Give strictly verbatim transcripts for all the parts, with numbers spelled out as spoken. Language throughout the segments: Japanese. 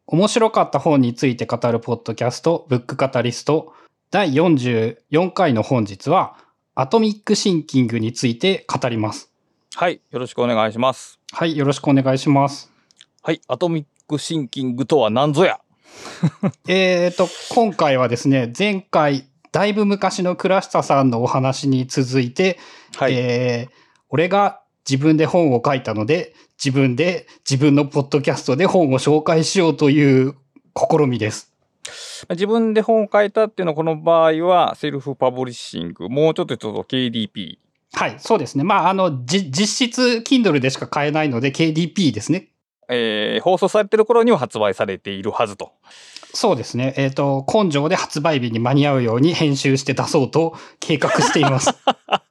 面白かった本について語るポッドキャスト、ブックカタリスト、だいよんじゅうよんかいの本日は、アトミックシンキングについて語ります。 はい、よろしくお願いします。 はい、よろしくお願いします。 はい、アトミックシンキングとは何ぞやえーと、今回はですね、前回、だいぶ昔の倉下さんのお話に続いて、はい、えー、俺が自分で本を書いたので、自分で自分のポッドキャストで本を紹介しようという試みです。 自分で本を書いたっていうのはこの場合はセルフパブリッシング、もうちょっとちょっと ケーディーピー。はい、そうですね。まあ、あの、じ、実質 Kindle でしか買えないので ケーディーピー ですね。 えー、放送されてる頃には発売されているはずと。 そうですね。えっと、根性で発売日に間に合うように編集して出そうと計画しています。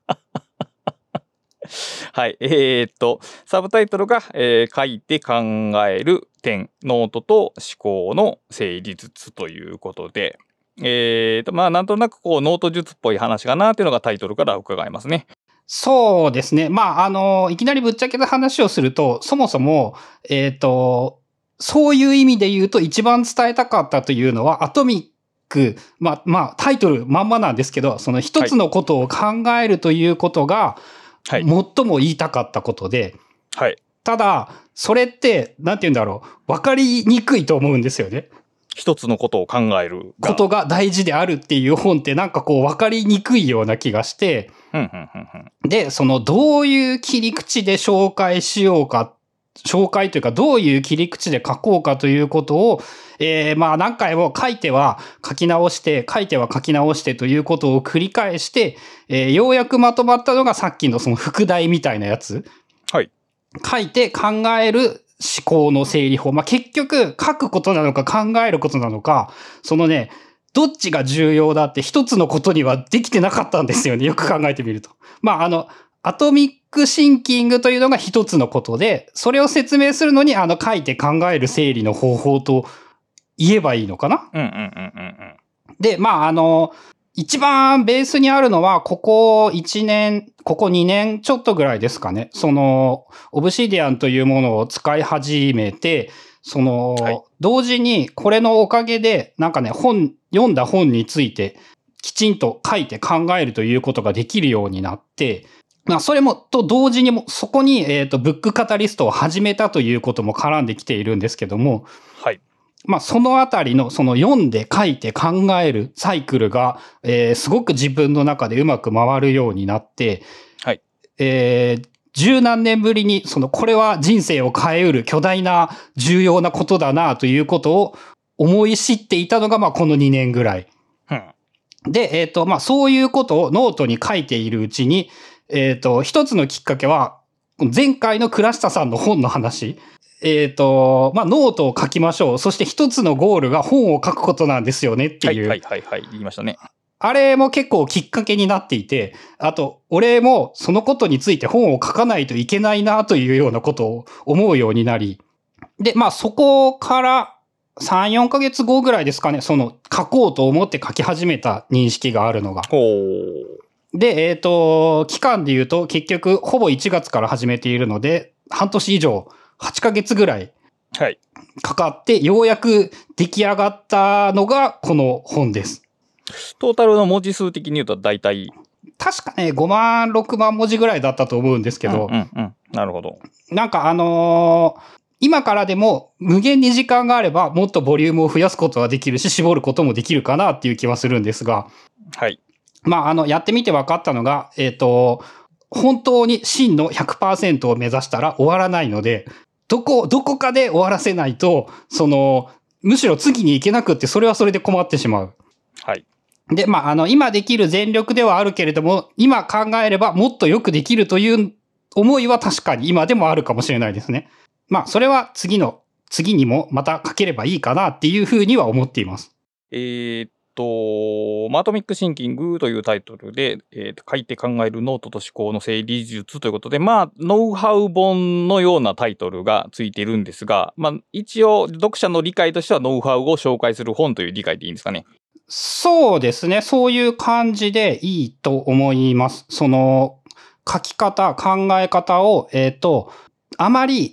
はい。えー、っと、サブタイトルが、えー、書いて考える点、ノートと思考の整理術ということで、えー、と、まあ、なんとなくこう、ノート術っぽい話かなっていうのがタイトルから伺えますね。 そうですね。まあ、あの、いきなりぶっちゃけた話をすると、そもそも、えっと、そういう意味で言うと一番伝えたかったというのは、アトミック、まあ、まあ、タイトルまんまなんですけど、その一つのことを考えるということが、最も言いたかったことで、 はい。 ただ、それって、なんて言うんだろう、わかりにくいと思うんですよね。 一つのことを考える。 ことが大事であるっていう本ってなんかこうわかりにくいような気がして、で、そのどういう切り口で紹介しようか、紹介というかどういう切り口で書こうかということを、えー、まあ何回も書いては書き直して、書いては書き直してということを繰り返して、えー、ようやくまとまったのがさっきのその副題みたいなやつ。 はい。 書いて考える思考の整理法。まあ、結局、書くことなのか考えることなのか、そのね、どっちが重要だって一つのことにはできてなかったんですよね。よく考えてみると。まあ、あの、アトミックシンキングというのが一つのことで、それを説明するのに、あの、書いて考える整理の方法と言えばいいのかな。 うんうんうんうんうん。 で、まあ、あの、一番ベースにあるのは、ここいちねん、ここにねんちょっとぐらいですかね。その、オブシディアンというものを使い始めて、その、はい、同時にこれのおかげで、なんかね、本、読んだ本について、きちんと書いて考えるということができるようになって、まあ、それも、と同時にも、そこに、えっと、ブックカタリストを始めたということも絡んできているんですけども、 はい。 まあ、そのあたりの、その読んで書いて考えるサイクルが、えー、すごく自分の中でうまく回るようになって、 はい。 えー、十何年ぶりに、その、これは人生を変えうる巨大な重要なことだなということを思い知っていたのが、まあ、このにねんぐらい。 うん、 で、えっと、まあ、そういうことをノートに書いているうちに、えっと、一つのきっかけは、前回の倉下さんの本の話。えっと、まあ、ノートを書きましょう。そして一つのゴールが本を書くことなんですよねっていう。 はいはいはいはい、言いましたね。 あれも結構きっかけになっていて、あと、俺もそのことについて本を書かないといけないなというようなことを思うようになり、で、まあそこからさん、よんかげつごぐらいですかね、その書こうと思って書き始めた認識があるのが。 ほう。 で、えっと、期間で言うと結局ほぼいちがつから始めているので、半年以上、はちかげつぐらいかかって、ようやく出来上がったのがこの本です。 トータルの文字数的に言うと大体確かね、ごまん、ろくまん文字ぐらいだったと思うんですけど。 うんうんうん。なるほど。 なんかあのー、今からでも無限に時間があればもっとボリュームを増やすことはできるし、絞ることもできるかなっていう気はするんですが。 はい。 まあ、あの、やってみて分かったのが、えっと、本当に真の ひゃくパーセント を目指したら終わらないので、どこ、どこかで終わらせないと、その、むしろ次に行けなくって、それはそれで困ってしまう。 はい。 で、まあ、あの、今できる全力ではあるけれども、今考えればもっとよくできるという思いは確かに今でもあるかもしれないですね。まあ、それは次の、次にもまた書ければいいかなっていうふうには思っています。 えー、っと、アトミックシンキングというタイトルで、えー、と書いて考えるノートと思考の整理術ということで、まあ、ノウハウ本のようなタイトルがついているんですが、まあ、一応、読者の理解としてはノウハウを紹介する本という理解でいいんですかね。 そうですね。そういう感じでいいと思います。その、書き方、考え方を、えっと、あまり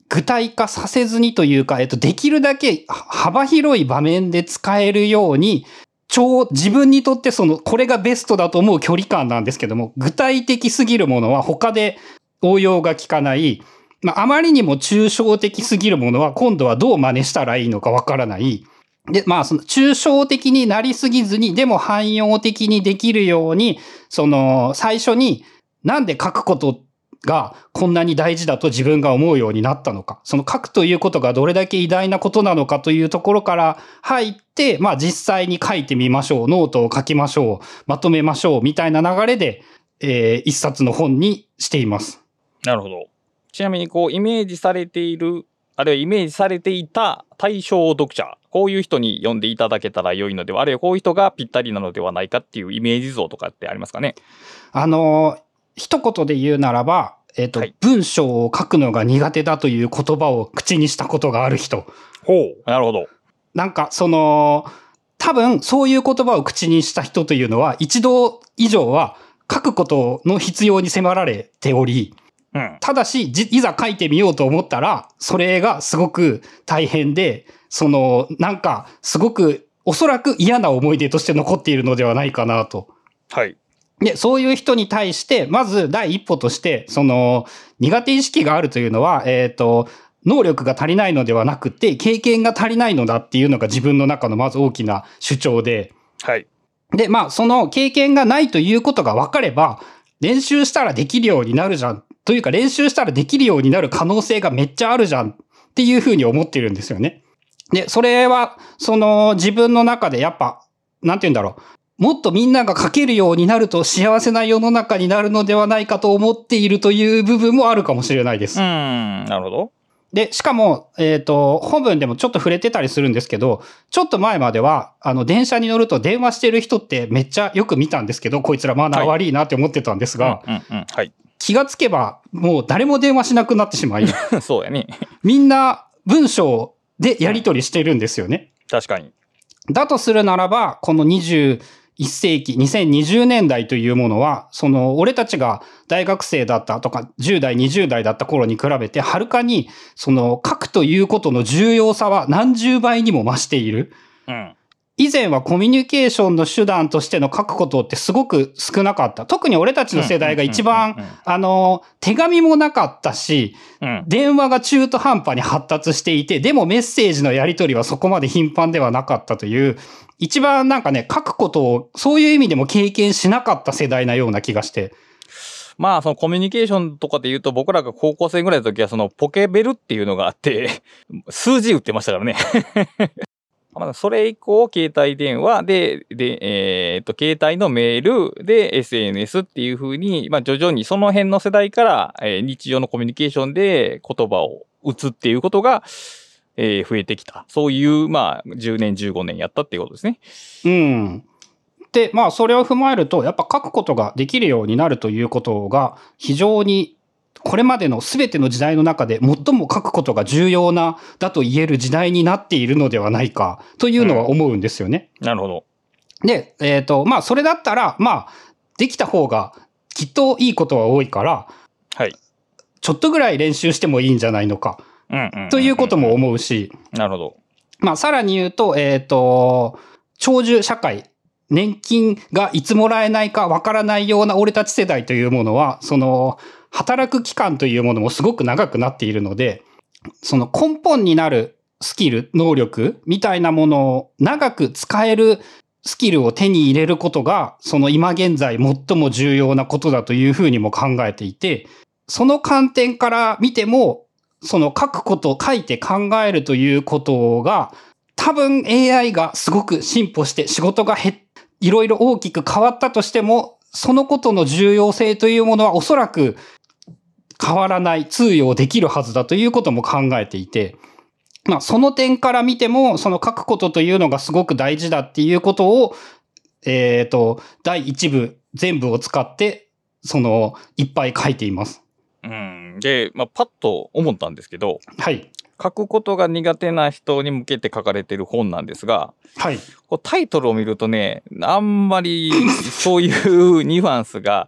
具体化させずにというか、えっと、できるだけ幅広い場面で使えるように、超、自分にとってその、これがベストだと思う距離感なんですけども、具体的すぎるものは他で応用が効かない、まあ、あまりにも抽象的すぎるものは今度はどう真似したらいいのかわからない。で、まあ、その、抽象的になりすぎずに、でも汎用的にできるように、その、最初に、なんで書くことがこんなに大事だと自分が思うようになったのか。その書くということがどれだけ偉大なことなのかというところから入って、まあ実際に書いてみましょう。ノートを書きましょう。まとめましょう。みたいな流れで、えー、一冊の本にしています。 なるほど。ちなみにこうイメージされている、あるいはイメージされていた対象読者、こういう人に読んでいただけたら良いのでは、あるいはこういう人がぴったりなのではないかっていうイメージ像とかってありますかね？ あのー、一言で言うならば、えっと、はい、文章を書くのが苦手だという言葉を口にしたことがある人。 ほう、なるほど。 なんか、その、多分、そういう言葉を口にした人というのは、一度以上は書くことの必要に迫られており、うん、ただし、いざ書いてみようと思ったら、それがすごく大変で、その、なんか、すごく、おそらく嫌な思い出として残っているのではないかなと。 はい。 で、そういう人に対して、まず第一歩として、その、苦手意識があるというのは、えっと、能力が足りないのではなくて、経験が足りないのだっていうのが自分の中のまず大きな主張で。 はい。 で、まあ、その経験がないということが分かれば、練習したらできるようになるじゃん。というか、練習したらできるようになる可能性がめっちゃあるじゃんっていうふうに思ってるんですよね。で、それは、その、自分の中でやっぱ、なんて言うんだろう。もっとみんなが書けるようになると幸せな世の中になるのではないかと思っているという部分もあるかもしれないです。 うん、なるほど。 で、しかも、えっと、本文でもちょっと触れてたりするんですけど、ちょっと前までは、あの、電車に乗ると電話してる人ってめっちゃよく見たんですけど、こいつらマナー悪いなって思ってたんですが、 はい、うんうんうん、はい。 気がつけば、もう誰も電話しなくなってしまい、 そうやね。 みんな文章でやり取りしてるんですよね。 確かに。 だとするならば、このにじゅういっせいき、にせんにじゅうねんだいというものは、その、俺たちが大学生だったとか、じゅうだい、にじゅうだいだった頃に比べて、はるかに、その、書くということの重要さは何十倍にも増している。うん。以前はコミュニケーションの手段としての書くことってすごく少なかった。特に俺たちの世代が一番、あの、手紙もなかったし、うん、電話が中途半端に発達していて、でもメッセージのやり取りはそこまで頻繁ではなかったという、一番なんかね、書くことをそういう意味でも経験しなかった世代なような気がして。 まあ、そのコミュニケーションとかで言うと、僕らが高校生ぐらいの時は、そのポケベルっていうのがあって、数字打ってましたからね。それ以降、携帯電話で、で、えー、っと、携帯のメールで エスエヌエス っていう風に、まあ、徐々にその辺の世代から、えー、日常のコミュニケーションで言葉を打つっていうことが、えー、増えてきた。そういう、まあ、じゅうねん、じゅうごねんやったっていうことですね。 うん。で、まあ、それを踏まえると、やっぱ書くことができるようになるということが、非常に、これまでの全ての時代の中で最も書くことが重要な、だと言える時代になっているのではないか、というのは思うんですよね。 うん、なるほど。 で、えっと、まあ、それだったら、まあ、できた方がきっといいことは多いから、 はい。 ちょっとぐらい練習してもいいんじゃないのか、ということも思うし、 なるほど。 まあ、さらに言うと、えっと、長寿社会、年金がいつもらえないかわからないような俺たち世代というものは、その、働く期間というものもすごく長くなっているので、その根本になるスキル、能力みたいなものを長く使えるスキルを手に入れることが、その今現在最も重要なことだというふうにも考えていて、その観点から見ても、その書くこと、書いて考えるということが、多分 エーアイ がすごく進歩して仕事が減っいろいろ大きく変わったとしても、そのことの重要性というものはおそらく変わらない、通用できるはずだということも考えていて、まあその点から見ても、その書くことというのがすごく大事だっていうことを、えっと、だいいち部全部を使って、その、いっぱい書いています。 うん。で、まあパッと思ったんですけど、 はい。 書くことが苦手な人に向けて書かれている本なんですが、 はい。 こうタイトルを見るとね、あんまりそういうニュアンスが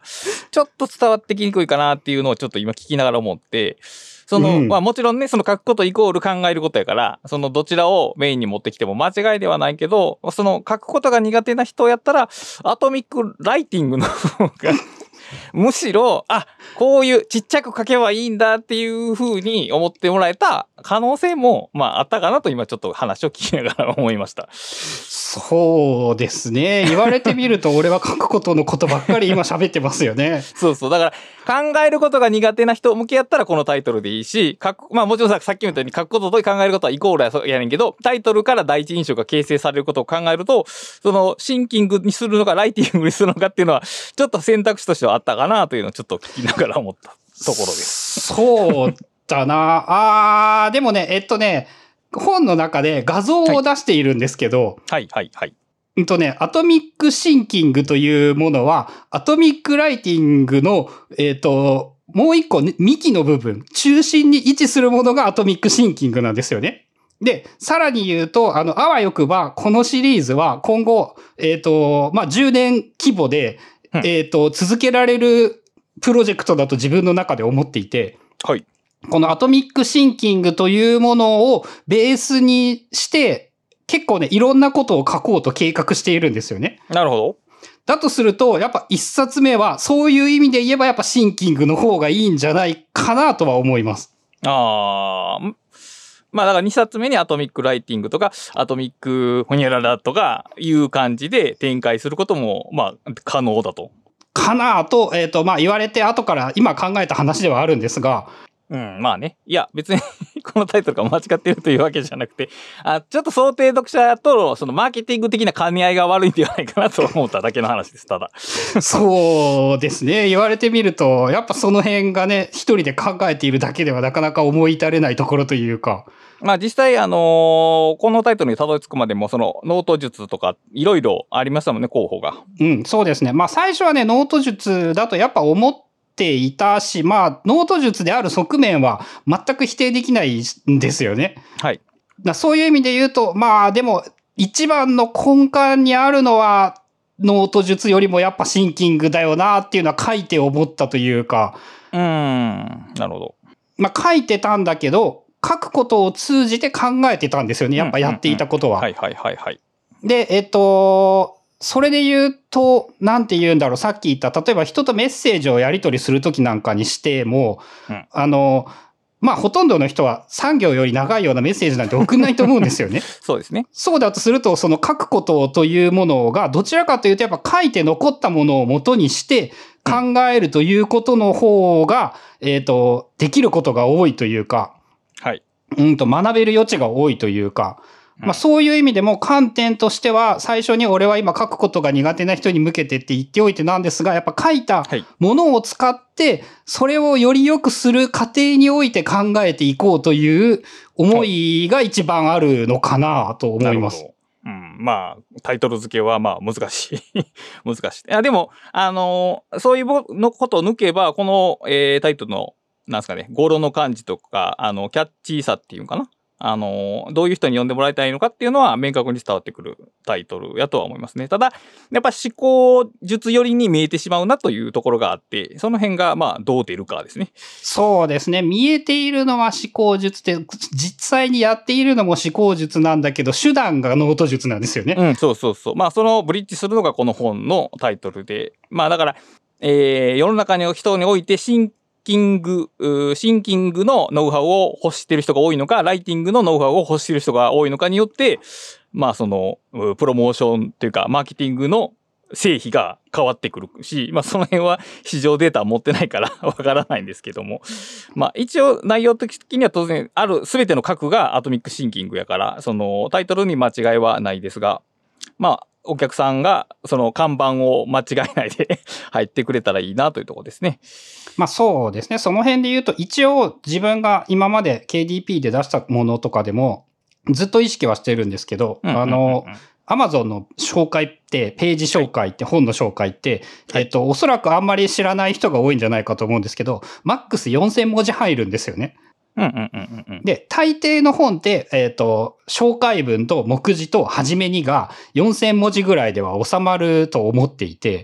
ちょっと伝わってきにくいかなっていうのをちょっと今聞きながら思って、その、うん、まあもちろんね、その書くことイコール考えることやから、そのどちらをメインに持ってきても間違いではないけど、その書くことが苦手な人やったら、アトミックライティングの方が、むしろ、あ、こういうちっちゃく書けばいいんだっていう風に思ってもらえた可能性も、まああったかなと今ちょっと話を聞きながら思いました。 そうですね。言われてみると俺は書くことのことばっかり今喋ってますよね。 そうそう。だから考えることが苦手な人向けやったらこのタイトルでいいし、書く、まあもちろんさ、さっきも言ったように書くことと考えることはイコールやねんけど、タイトルから第一印象が形成されることを考えると、そのシンキングにするのかライティングにするのかっていうのは、ちょっと選択肢としてはあったかなというのをちょっと聞きながら思ったところです。 そうだな。あー、でもね、えっとね、本の中で画像を出しているんですけど、 はい、はい、はい。 うんとね、アトミックシンキングというものは、アトミックライティングの、えっと、もう一個、ね、幹の部分、中心に位置するものがアトミックシンキングなんですよね。で、さらに言うと、あの、あわよくば、このシリーズは今後、えっと、まあ、じゅうねん規模で、うん、えっと、続けられるプロジェクトだと自分の中で思っていて、 はい。 このアトミックシンキングというものをベースにして、結構ね、いろんなことを書こうと計画しているんですよね。 なるほど。 だとすると、やっぱ一冊目は、そういう意味で言えばやっぱシンキングの方がいいんじゃないかなとは思います。 ああ。まあだからにさつめにアトミックライティングとか、アトミックホニャララとかいう感じで展開することも、まあ可能だと。 かなと、えっと、まあ言われて後から今考えた話ではあるんですが、 うん、まあね。いや、別にこのタイトルが間違ってるというわけじゃなくて、あ、ちょっと想定読者と、そのマーケティング的な兼ね合いが悪いんではないかなと思っただけの話です、ただ。 そうですね。言われてみると、やっぱその辺がね、一人で考えているだけではなかなか思い至れないところというか。 まあ実際、あのー、このタイトルにたどり着くまでも、そのノート術とか、いろいろありましたもんね、候補が。 うん、そうですね。まあ最初はね、ノート術だとやっぱ思って、ていたし、まあ、ノート術である側面は全く否定できないんですよね。 はい。 だそういう意味で言うと、まあ、でも、一番の根幹にあるのは、ノート術よりもやっぱシンキングだよなっていうのは書いて思ったというか。 うーん、なるほど。 まあ、書いてたんだけど、書くことを通じて考えてたんですよね。やっぱやっていたことは。 はいはいはいはい。 で、えっと、それで言うと、なんて言うんだろう、さっき言った、例えば人とメッセージをやり取りするときなんかにしても、うん、あの、まあ、ほとんどの人はさん行より長いようなメッセージなんて送んないと思うんですよね。 そうですね。 そうだとすると、その書くことというものが、どちらかというと、やっぱ書いて残ったものを元にして考えるということの方が、うん、えっと、できることが多いというか、 はい。 うんと、学べる余地が多いというか、まあそういう意味でも観点としては最初に俺は今書くことが苦手な人に向けてって言っておいてなんですが、やっぱ書いたものを使ってそれをより良くする過程において考えていこうという思いが一番あるのかなと思います。 うん、まあタイトル付けはまあ難しい難しい。いやでもあのー、そういうのことを抜けばこの、えー、タイトルのなんですかね語呂の感じとかあのキャッチーさっていうかな。あの、どういう人に読んでもらいたいのかっていうのは明確に伝わってくるタイトルやとは思いますね。ただ、やっぱ思考術寄りに見えてしまうなというところがあって、その辺がまあどう出るかですね。 そうですね。見えているのは思考術で、実際にやっているのも思考術なんだけど、手段がノート術なんですよね。 うん、そうそうそう。まあそのブリッジするのがこの本のタイトルで、まあだから、えー、世の中の人において新シンキング、シンキングのノウハウを欲している人が多いのか、ライティングのノウハウを欲している人が多いのかによって、まあその、プロモーションというか、マーケティングの成否が変わってくるし、まあその辺は市場データ持ってないからわからないんですけども、まあ一応内容的には当然ある全ての核がアトミックシンキングやから、そのタイトルに間違いはないですが、まあお客さんがその看板を間違えないで入ってくれたらいいなというところですね。 まあそうですね。その辺で言うと、一応自分が今まで ケーディーピー で出したものとかでもずっと意識はしてるんですけど、あの、Amazon の紹介って、ページ紹介って本の紹介って、はい、えっと、おそらくあんまり知らない人が多いんじゃないかと思うんですけど、マックスよんせん文字入るんですよね。で、大抵の本って、えっと、紹介文と目次と初めにがよんせん文字ぐらいでは収まると思っていて、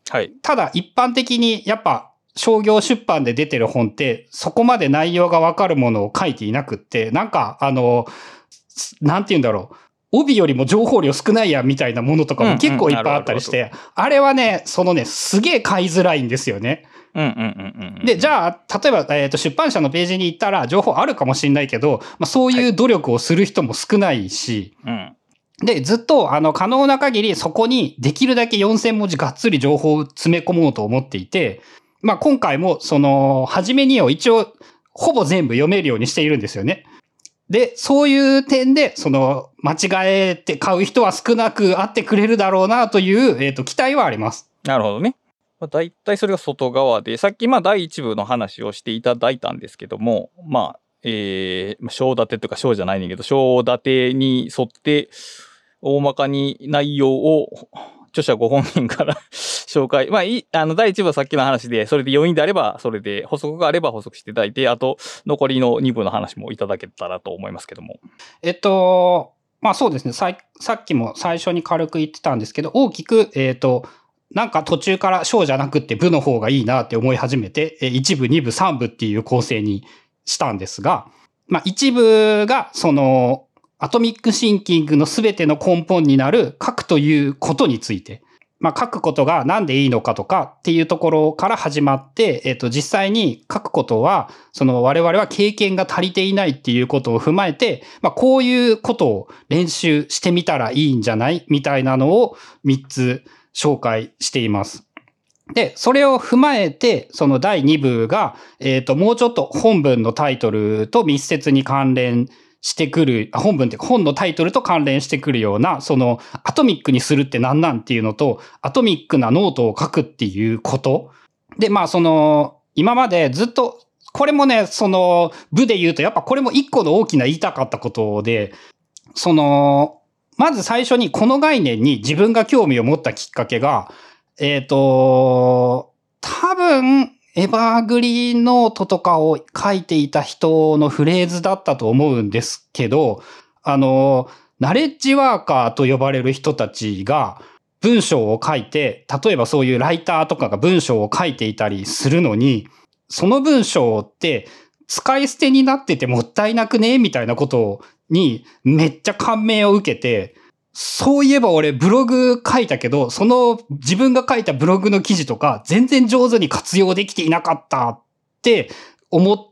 はい。 ただ一般的にやっぱ商業出版で出てる本ってそこまで内容がわかるものを書いていなくって、なんかあの、なんて言うんだろう。帯よりも情報量少ないやみたいなものとかも結構いっぱいあったりして、あれはね、そのね、すげえ買いづらいんですよね。 うんうんうんうん。 で、じゃあ、例えば、えっと、出版社のページに行ったら情報あるかもしれないけど、まあそういう努力をする人も少ないし、 はいうん、 で、ずっと、あの、可能な限りそこにできるだけよんせん文字がっつり情報を詰め込もうと思っていて、まあ今回も、その、初めにを一応、ほぼ全部読めるようにしているんですよね。で、そういう点で、その、間違えて買う人は少なくあってくれるだろうなという、えっと、期待はあります。 なるほどね。まあ、大体それが外側で、さっきまあ第一部の話をしていただいたんですけども、まあ、えー、章立てとか章じゃないねんけど、章立てに沿って、大まかに内容を、著者ご本人から紹介。まあ、いあの、第一部はさっきの話で、それでよにんであれば、それで、補足があれば補足していただいて、あと、残りのに部の話もいただけたらと思いますけども。 えっと、まあそうですね。さ、さっきも最初に軽く言ってたんですけど、大きく、えっと、なんか途中から章じゃなくって部の方がいいなって思い始めて、いち部、に部、さん部っていう構成にしたんですが、まあいち部が、その、アトミックシンキングのすべての根本になる書くということについて、まあ書くことがなんでいいのかとかっていうところから始まって、えっと実際に書くことは、その我々は経験が足りていないっていうことを踏まえて、まあこういうことを練習してみたらいいんじゃないみたいなのをみっつ紹介しています。で、それを踏まえて、そのだいに部が、えっと、もうちょっと本文のタイトルと密接に関連してくる、本文って本のタイトルと関連してくるような、そのアトミックにするって何なんっていうのと、アトミックなノートを書くっていうこと。で、まあその、今までずっと、これもね、その部で言うと、やっぱこれも一個の大きな言いたかったことで、その、まず最初にこの概念に自分が興味を持ったきっかけが、えっと、多分、エバーグリーンノートとかを書いていた人のフレーズだったと思うんですけど、あの、ナレッジワーカーと呼ばれる人たちが文章を書いて、例えばそういうライターとかが文章を書いていたりするのに、その文章って使い捨てになっててもったいなくねみたいなことにめっちゃ感銘を受けて、そういえば俺ブログ書いたけど、その自分が書いたブログの記事とか全然上手に活用できていなかったって思って、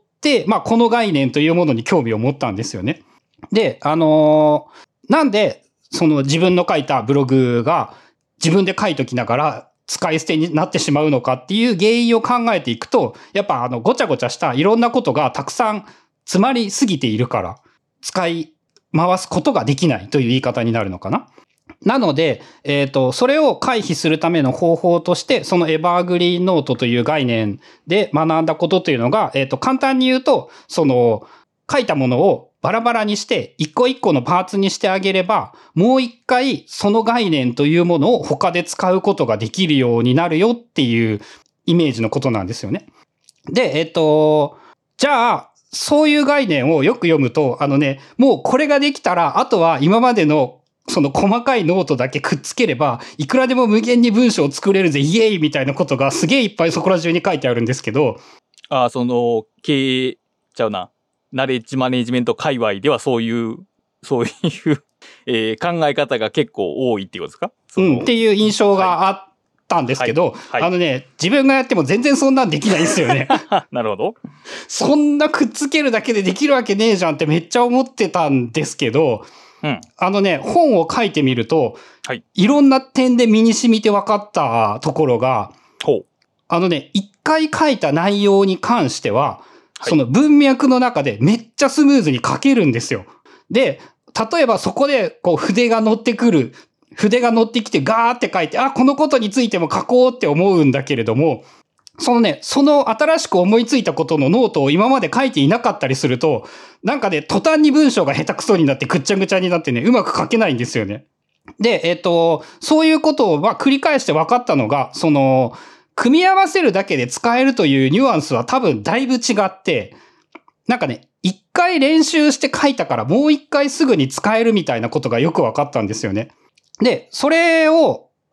まあこの概念というものに興味を持ったんですよね。で、あのー、なんでその自分の書いたブログが自分で書いときながら使い捨てになってしまうのかっていう原因を考えていくと、やっぱあのごちゃごちゃしたいろんなことがたくさん詰まりすぎているから、使い回すことができないという言い方になるのかな。なので、えっと、それを回避するための方法として、そのエバーグリーンノートという概念で学んだことというのが、えっと、簡単に言うと、その、書いたものをバラバラにして、一個一個のパーツにしてあげれば、もう一回その概念というものを他で使うことができるようになるよっていうイメージのことなんですよね。で、えっと、じゃあ、そういう概念をよく読むと、あのね、もうこれができたら、あとは今までのその細かいノートだけくっつければ、いくらでも無限に文章を作れるぜ、イエーイみたいなことがすげえいっぱいそこら中に書いてあるんですけど。 ああ、その、経営ちゃうな。ナレッジマネジメント界隈ではそういう、そういう、えー、考え方が結構多いっていうことですか？ うん、っていう印象があったんですけど、はいはいはい、あのね、自分がやっても全然そんなんできないんですよね。 なるほど。 そんなくっつけるだけでできるわけねえじゃんってめっちゃ思ってたんですけど、うん、あのね、本を書いてみると、はい、いろんな点で身に染みて分かったところが、ほうあのね、一回書いた内容に関しては、はい、その文脈の中でめっちゃスムーズに書けるんですよ。で、例えばそこでこう筆が乗ってくる、筆が乗ってきてガーって書いて、あ、このことについても書こうって思うんだけれども、そのね、その新しく思いついたことのノートを今まで書いていなかったりすると、なんかね、途端に文章が下手くそになってぐっちゃぐちゃになってね、うまく書けないんですよね。で、えっと、そういうことをまあ繰り返して分かったのが、その、組み合わせるだけで使えるというニュアンスは多分だいぶ違って、なんかね、一回練習して書いたからもう一回すぐに使えるみたいなことがよく分かったんですよね。で、それを、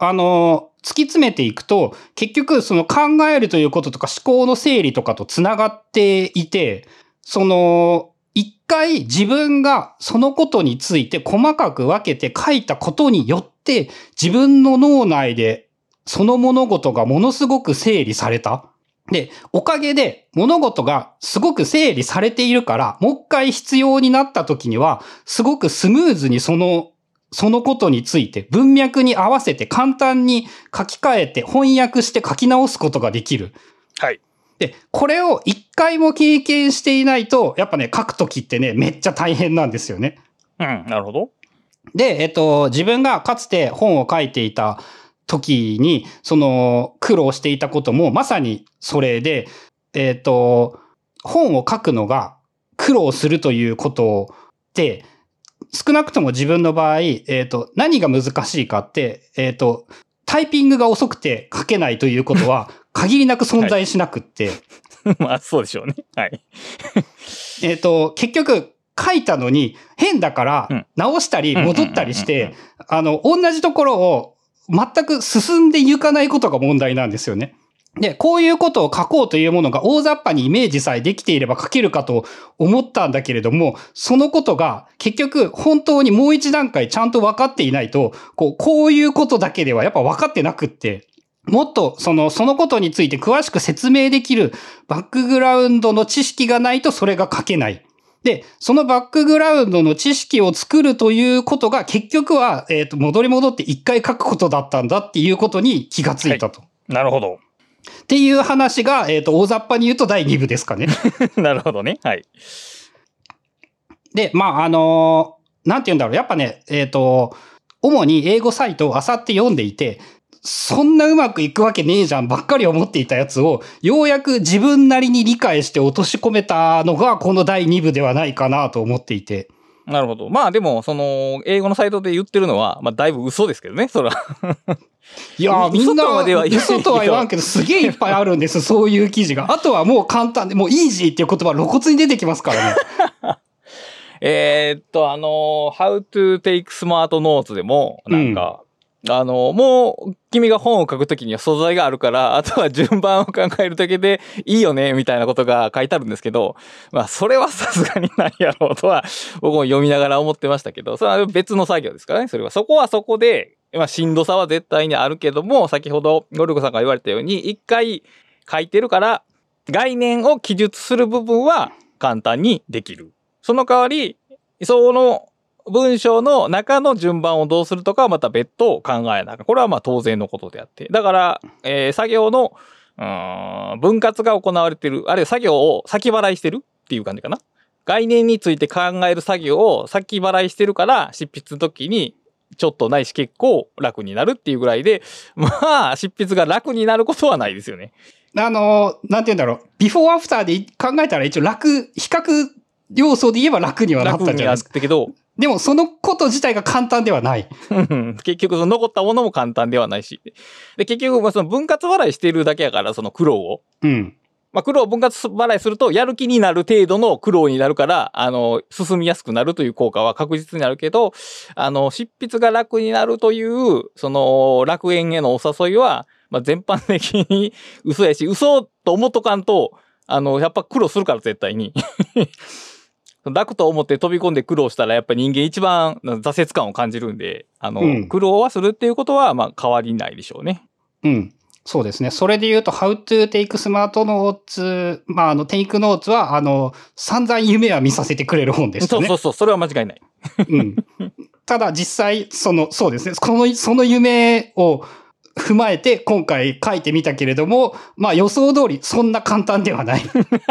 あの、突き詰めていくと、結局その考えるということとか思考の整理とかとつながっていて、その、一回自分がそのことについて細かく分けて書いたことによって、自分の脳内でその物事がものすごく整理された。で、おかげで物事がすごく整理されているから、もう一回必要になった時には、すごくスムーズにその、そのことについて文脈に合わせて簡単に書き換えて翻訳して書き直すことができる。 はい。 で、これを一回も経験していないと、やっぱね、書くときってね、めっちゃ大変なんですよね。 うん、なるほど。 で、えっと、自分がかつて本を書いていた時に、その、苦労していたこともまさにそれで、えっと、本を書くのが苦労するということって、少なくとも自分の場合、えっと、何が難しいかって、えっと、タイピングが遅くて書けないということは、限りなく存在しなくって。 はい、まあ、そうでしょうね。はい。 えっと、結局、書いたのに変だから直したり戻ったりして、あの、同じところを全く進んでいかないことが問題なんですよね。で、こういうことを書こうというものが大雑把にイメージさえできていれば書けるかと思ったんだけれども、そのことが結局本当にもう一段階ちゃんと分かっていないと、こう、こういうことだけではやっぱ分かってなくって、もっとその、そのことについて詳しく説明できるバックグラウンドの知識がないとそれが書けない。で、そのバックグラウンドの知識を作るということが結局は、えっと、戻り戻って一回書くことだったんだっていうことに気がついたと。 はい、なるほど。 っていう話が、えっと、大雑把に言うとだいに部ですかね。 なるほどね。はい。 で、まあ、あのー、なんて言うんだろう。やっぱね、えっと、主に英語サイトを漁って読んでいて、そんなうまくいくわけねえじゃんばっかり思っていたやつを、ようやく自分なりに理解して落とし込めたのがこのだいに部ではないかなと思っていて。 なるほど。まあでも、その、英語のサイトで言ってるのは、まあだいぶ嘘ですけどね、そら。 いやー、みんな、嘘とは言わんけど、すげえいっぱいあるんです、そういう記事が。あとはもう簡単で、もうイージーっていう言葉露骨に出てきますからね。 えっと、あの、How to take smart notes でも、なんか、うんあの、もう、君が本を書くときには素材があるから、あとは順番を考えるだけでいいよね、みたいなことが書いてあるんですけど、まあ、それはさすがにないやろうとは、僕も読みながら思ってましたけど、それは別の作業ですからね、それは。そこはそこで、まあ、しんどさは絶対にあるけども、先ほど、ゴルゴさんが言われたように、一回書いてるから、概念を記述する部分は簡単にできる。その代わり、その、文章の中の順番をどうするとかはまた別途考えなきゃ。これはまあ当然のことであって。だから、えー、作業の、うーん、分割が行われている。あるいは作業を先払いしてるっていう感じかな。概念について考える作業を先払いしてるから、執筆の時にちょっとないし結構楽になるっていうぐらいで、まあ、執筆が楽になることはないですよね。 あの、なんて言うんだろう。ビフォーアフターで考えたら一応楽、比較要素で言えば楽にはなったんじゃないですか。 楽になったけど、 でもそのこと自体が簡単ではない。 結局その残ったものも簡単ではないし。で、結局その分割払いしてるだけやから、その苦労を。 うん。 まあ苦労を分割払いすると、やる気になる程度の苦労になるから、あの、進みやすくなるという効果は確実にあるけど、あの、執筆が楽になるという、その、楽園へのお誘いは、まあ全般的に嘘やし、嘘と思っとかんと、あの、やっぱ苦労するから絶対に。楽と思って飛び込んで苦労したらやっぱり人間一番挫折感を感じるんで、あの、うん、苦労はするっていうことはまあ変わりないでしょうね。 うん。そうですね。それで言うと、How to take smart notes、まあ、あの、take notes は、あの、散々夢は見させてくれる本でしたね。 そうそうそう、それは間違いない。 うん。ただ実際、その、そうですね。この、その夢を踏まえて今回書いてみたけれども、まあ予想通りそんな簡単ではない。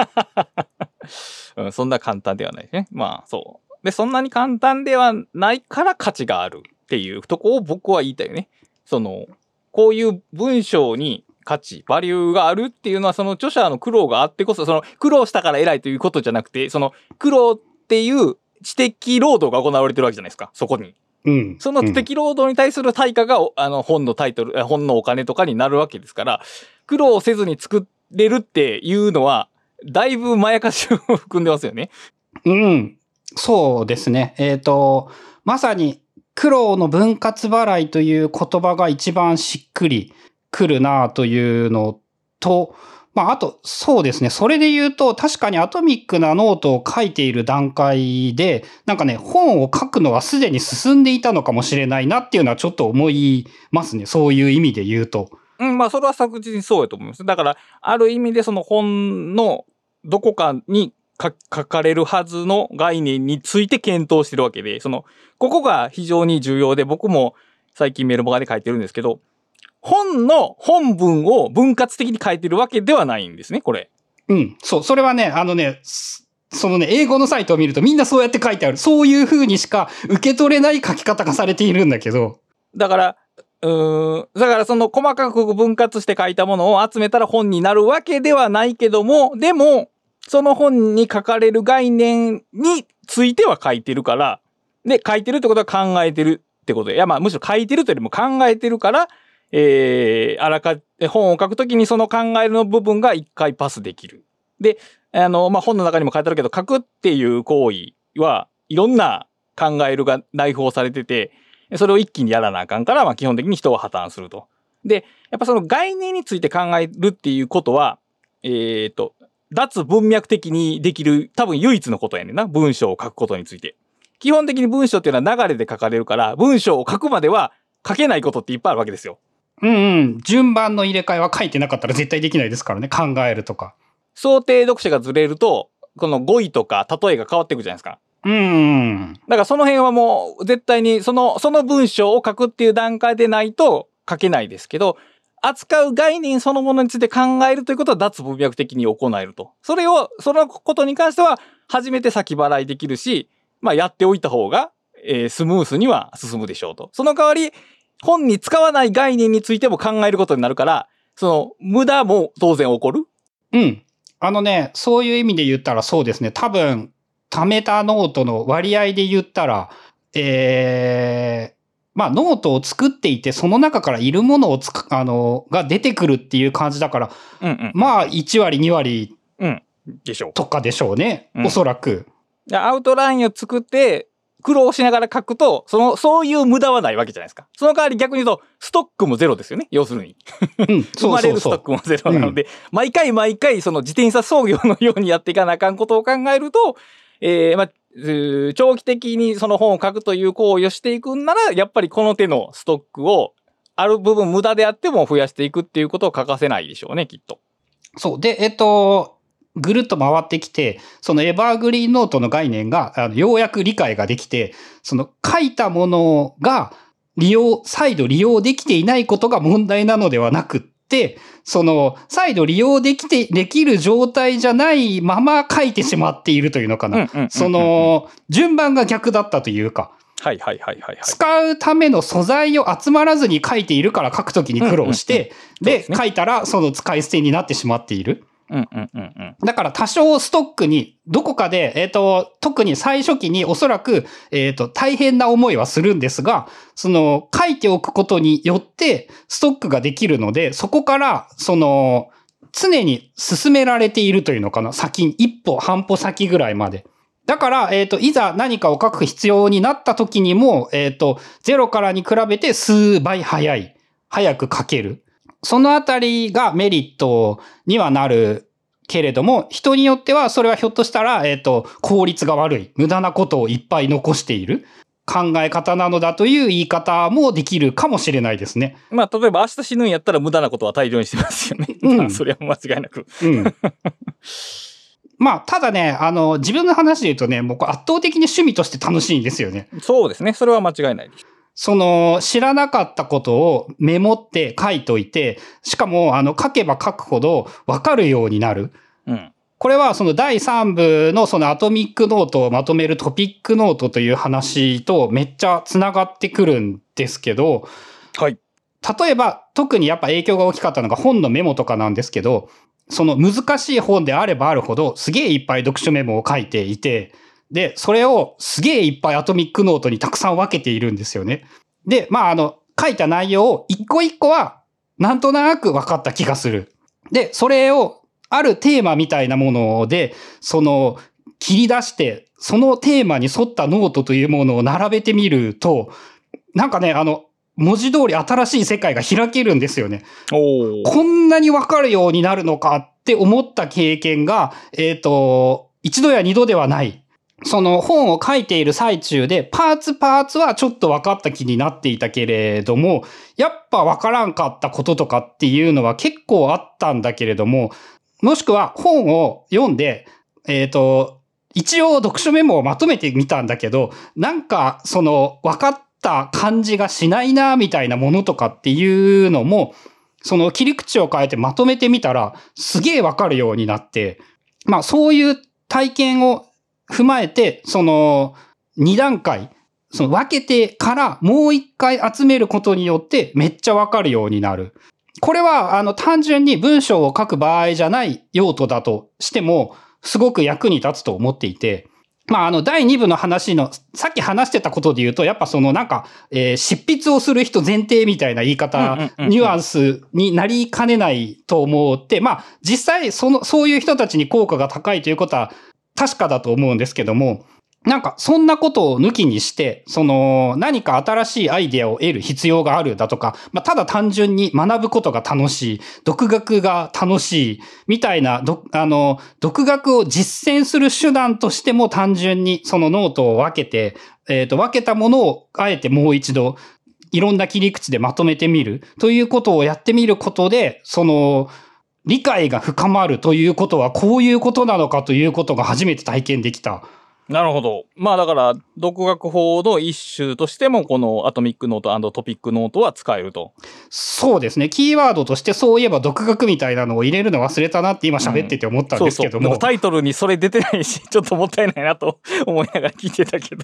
うん、そんな簡単ではないね。まあそう。で、そんなに簡単ではないから価値があるっていうとこを僕は言いたいよね。その、こういう文章に価値、バリューがあるっていうのはその著者の苦労があってこそ、その苦労したから偉いということじゃなくて、その苦労っていう知的労働が行われてるわけじゃないですか、そこに。 うん、 その知的労働に対する対価が、あの本のタイトル、本のお金とかになるわけですから、苦労せずに作れるっていうのは、だいぶまやかしを含んでますよね。 うん。そうですね。えっと、まさに苦労の分割払いという言葉が一番しっくりくるなというのと、まあ、あと、そうですね。それで言うと、確かにアトミックなノートを書いている段階で、なんかね、本を書くのはすでに進んでいたのかもしれないなっていうのはちょっと思いますね。そういう意味で言うと。 うん、まあ、それは確実にそうやと思います。だから、ある意味でその本のどこかに書かれるはずの概念について検討してるわけで、その、ここが非常に重要で、僕も最近メルマガで書いてるんですけど、本の本文を分割的に書いてるわけではないんですね、これ。 うん。そう。それはね、あのね、そのね、英語のサイトを見るとみんなそうやって書いてある。そういう風にしか受け取れない書き方がされているんだけど。 だから、うーん、だからその細かく分割して書いたものを集めたら本になるわけではないけども、でも、その本に書かれる概念については書いてるから、で、書いてるってことは考えてるってことで、いやまあむしろ書いてるというよりも考えてるから、えー、あらか、本を書くときにその考えの部分が一回パスできる。で、あの、まあ、本の中にも書いてあるけど、書くっていう行為はいろんな考えるが内包されてて、それを一気にやらなあかんから、まあ、基本的に人は破綻すると。で、やっぱその概念について考えるっていうことは、えっと、脱文脈的にできる多分唯一のことやねんな。文章を書くことについて。基本的に文章っていうのは流れで書かれるから、文章を書くまでは書けないことっていっぱいあるわけですよ。 うんうん。順番の入れ替えは書いてなかったら絶対できないですからね。考えるとか。 想定読者がずれると、この語彙とか例えが変わっていくじゃないですか。 うん。 だからその辺はもう絶対にその、その文章を書くっていう段階でないと書けないですけど、扱う概念そのものについて考えるということは脱文脈的に行えると。それを、そのことに関しては初めて先払いできるし、まあやっておいた方が、えー、スムースには進むでしょうと。その代わり、本に使わない概念についても考えることになるから、その無駄も当然起こる。 うん。あのね、そういう意味で言ったらそうですね。多分、貯めたノートの割合で言ったら、えー、まあノートを作っていて、その中からいるものをつく、あの、が出てくるっていう感じだから、 うんうん、 まあいち割に割でしょう。 とかでしょうね。うん、おそらく。 アウトラインを作って、苦労しながら書くと、その、そういう無駄はないわけじゃないですか。その代わり逆に言うと、ストックもゼロですよね。要するに。うん、生まれるストックもゼロなので、うん、毎回毎回、その自転車操業のようにやっていかなあかんことを考えると、えー、まあ、長期的にその本を書くという行為をしていくんなら、やっぱりこの手のストックを、ある部分無駄であっても増やしていくっていうことを欠かせないでしょうね、きっと。 そう。で、えっと、ぐるっと回ってきて、そのエバーグリーンノートの概念が、あのようやく理解ができて、その書いたものが利用、再度利用できていないことが問題なのではなくって、その再度利用できて、できる状態じゃないまま書いてしまっているというのかな。その、順番が逆だったというか。 はいはいはいはい、はい。 使うための素材を集まらずに書いているから書くときに苦労して、で、書いたらその使い捨てになってしまっている。 うんうんうんうん、 だから多少ストックに、どこかで、えっと、特に最初期におそらく、えっと、大変な思いはするんですが、その、書いておくことによってストックができるので、そこから、その、常に進められているというのかな。先に、一歩、半歩先ぐらいまで。だから、えっと、いざ何かを書く必要になった時にも、えっと、ゼロからに比べて数倍早い。早く書ける。そのあたりがメリットにはなるけれども、人によってはそれはひょっとしたら、えっと、効率が悪い。無駄なことをいっぱい残している考え方なのだという言い方もできるかもしれないですね。 まあ、例えば明日死ぬんやったら無駄なことは大量にしてますよね。うん。それは間違いなく。 うん。まあ、ただね、あの、自分の話で言うとね、もう圧倒的に趣味として楽しいんですよね。 そうですね。それは間違いないです。 その、知らなかったことをメモって書いといて、しかも、あの、書けば書くほど分かるようになる。 うん。 これはそのだいさん部のそのアトミックノートをまとめるトピックノートという話とめっちゃ繋がってくるんですけど、 はい。 例えば、特にやっぱ影響が大きかったのが本のメモとかなんですけど、その難しい本であればあるほど、すげえいっぱい読書メモを書いていて、で、それをすげえいっぱいアトミックノートにたくさん分けているんですよね。で、まあ、あの、書いた内容を一個一個はなんとなく分かった気がする。で、それをあるテーマみたいなもので、その、切り出して、そのテーマに沿ったノートというものを並べてみると、 なんかね、あの、文字通り新しい世界が開けるんですよね。 おこんなにわかるようになるのかって思った経験が、えっと、一度や二度ではない。その本を書いている最中で、パーツパーツはちょっと分かった気になっていたけれども、やっぱ分からんかったこととかっていうのは結構あったんだけれども、もしくは本を読んで、えっと、一応読書メモをまとめてみたんだけど、なんかその分かった感じがしないなみたいなものとかっていうのも、その切り口を変えてまとめてみたら、すげえ分かるようになって、まあそういう体験を踏まえて、その、二段階、その分けてからもう一回集めることによってめっちゃわかるようになる。これは、あの、単純に文章を書く場合じゃない用途だとしても、すごく役に立つと思っていて、まあ、あの、だいに部の話の、さっき話してたことで言うと、やっぱそのなんか、えー、執筆をする人前提みたいな言い方、ニュアンスになりかねないと思って、まあ、実際、その、そういう人たちに効果が高いということは、確かだと思うんですけども、なんかそんなことを抜きにして、その何か新しいアイデアを得る必要があるだとか、まあ、ただ単純に学ぶことが楽しい、独学が楽しい、みたいな、どあの、独学を実践する手段としても単純にそのノートを分けて、えっと、分けたものをあえてもう一度、いろんな切り口でまとめてみるということをやってみることで、その、理解が深まるということはこういうことなのかということが初めて体験できた。 なるほど。まあだから、独学法の一種としても、このアトミックノート&トピックノートは使えると。 そうですね。キーワードとしてそういえば独学みたいなのを入れるの忘れたなって今喋ってて思ったんですけども。 うん、そうそう。タイトルにそれ出てないし、ちょっともったいないなと思いながら聞いてたけど。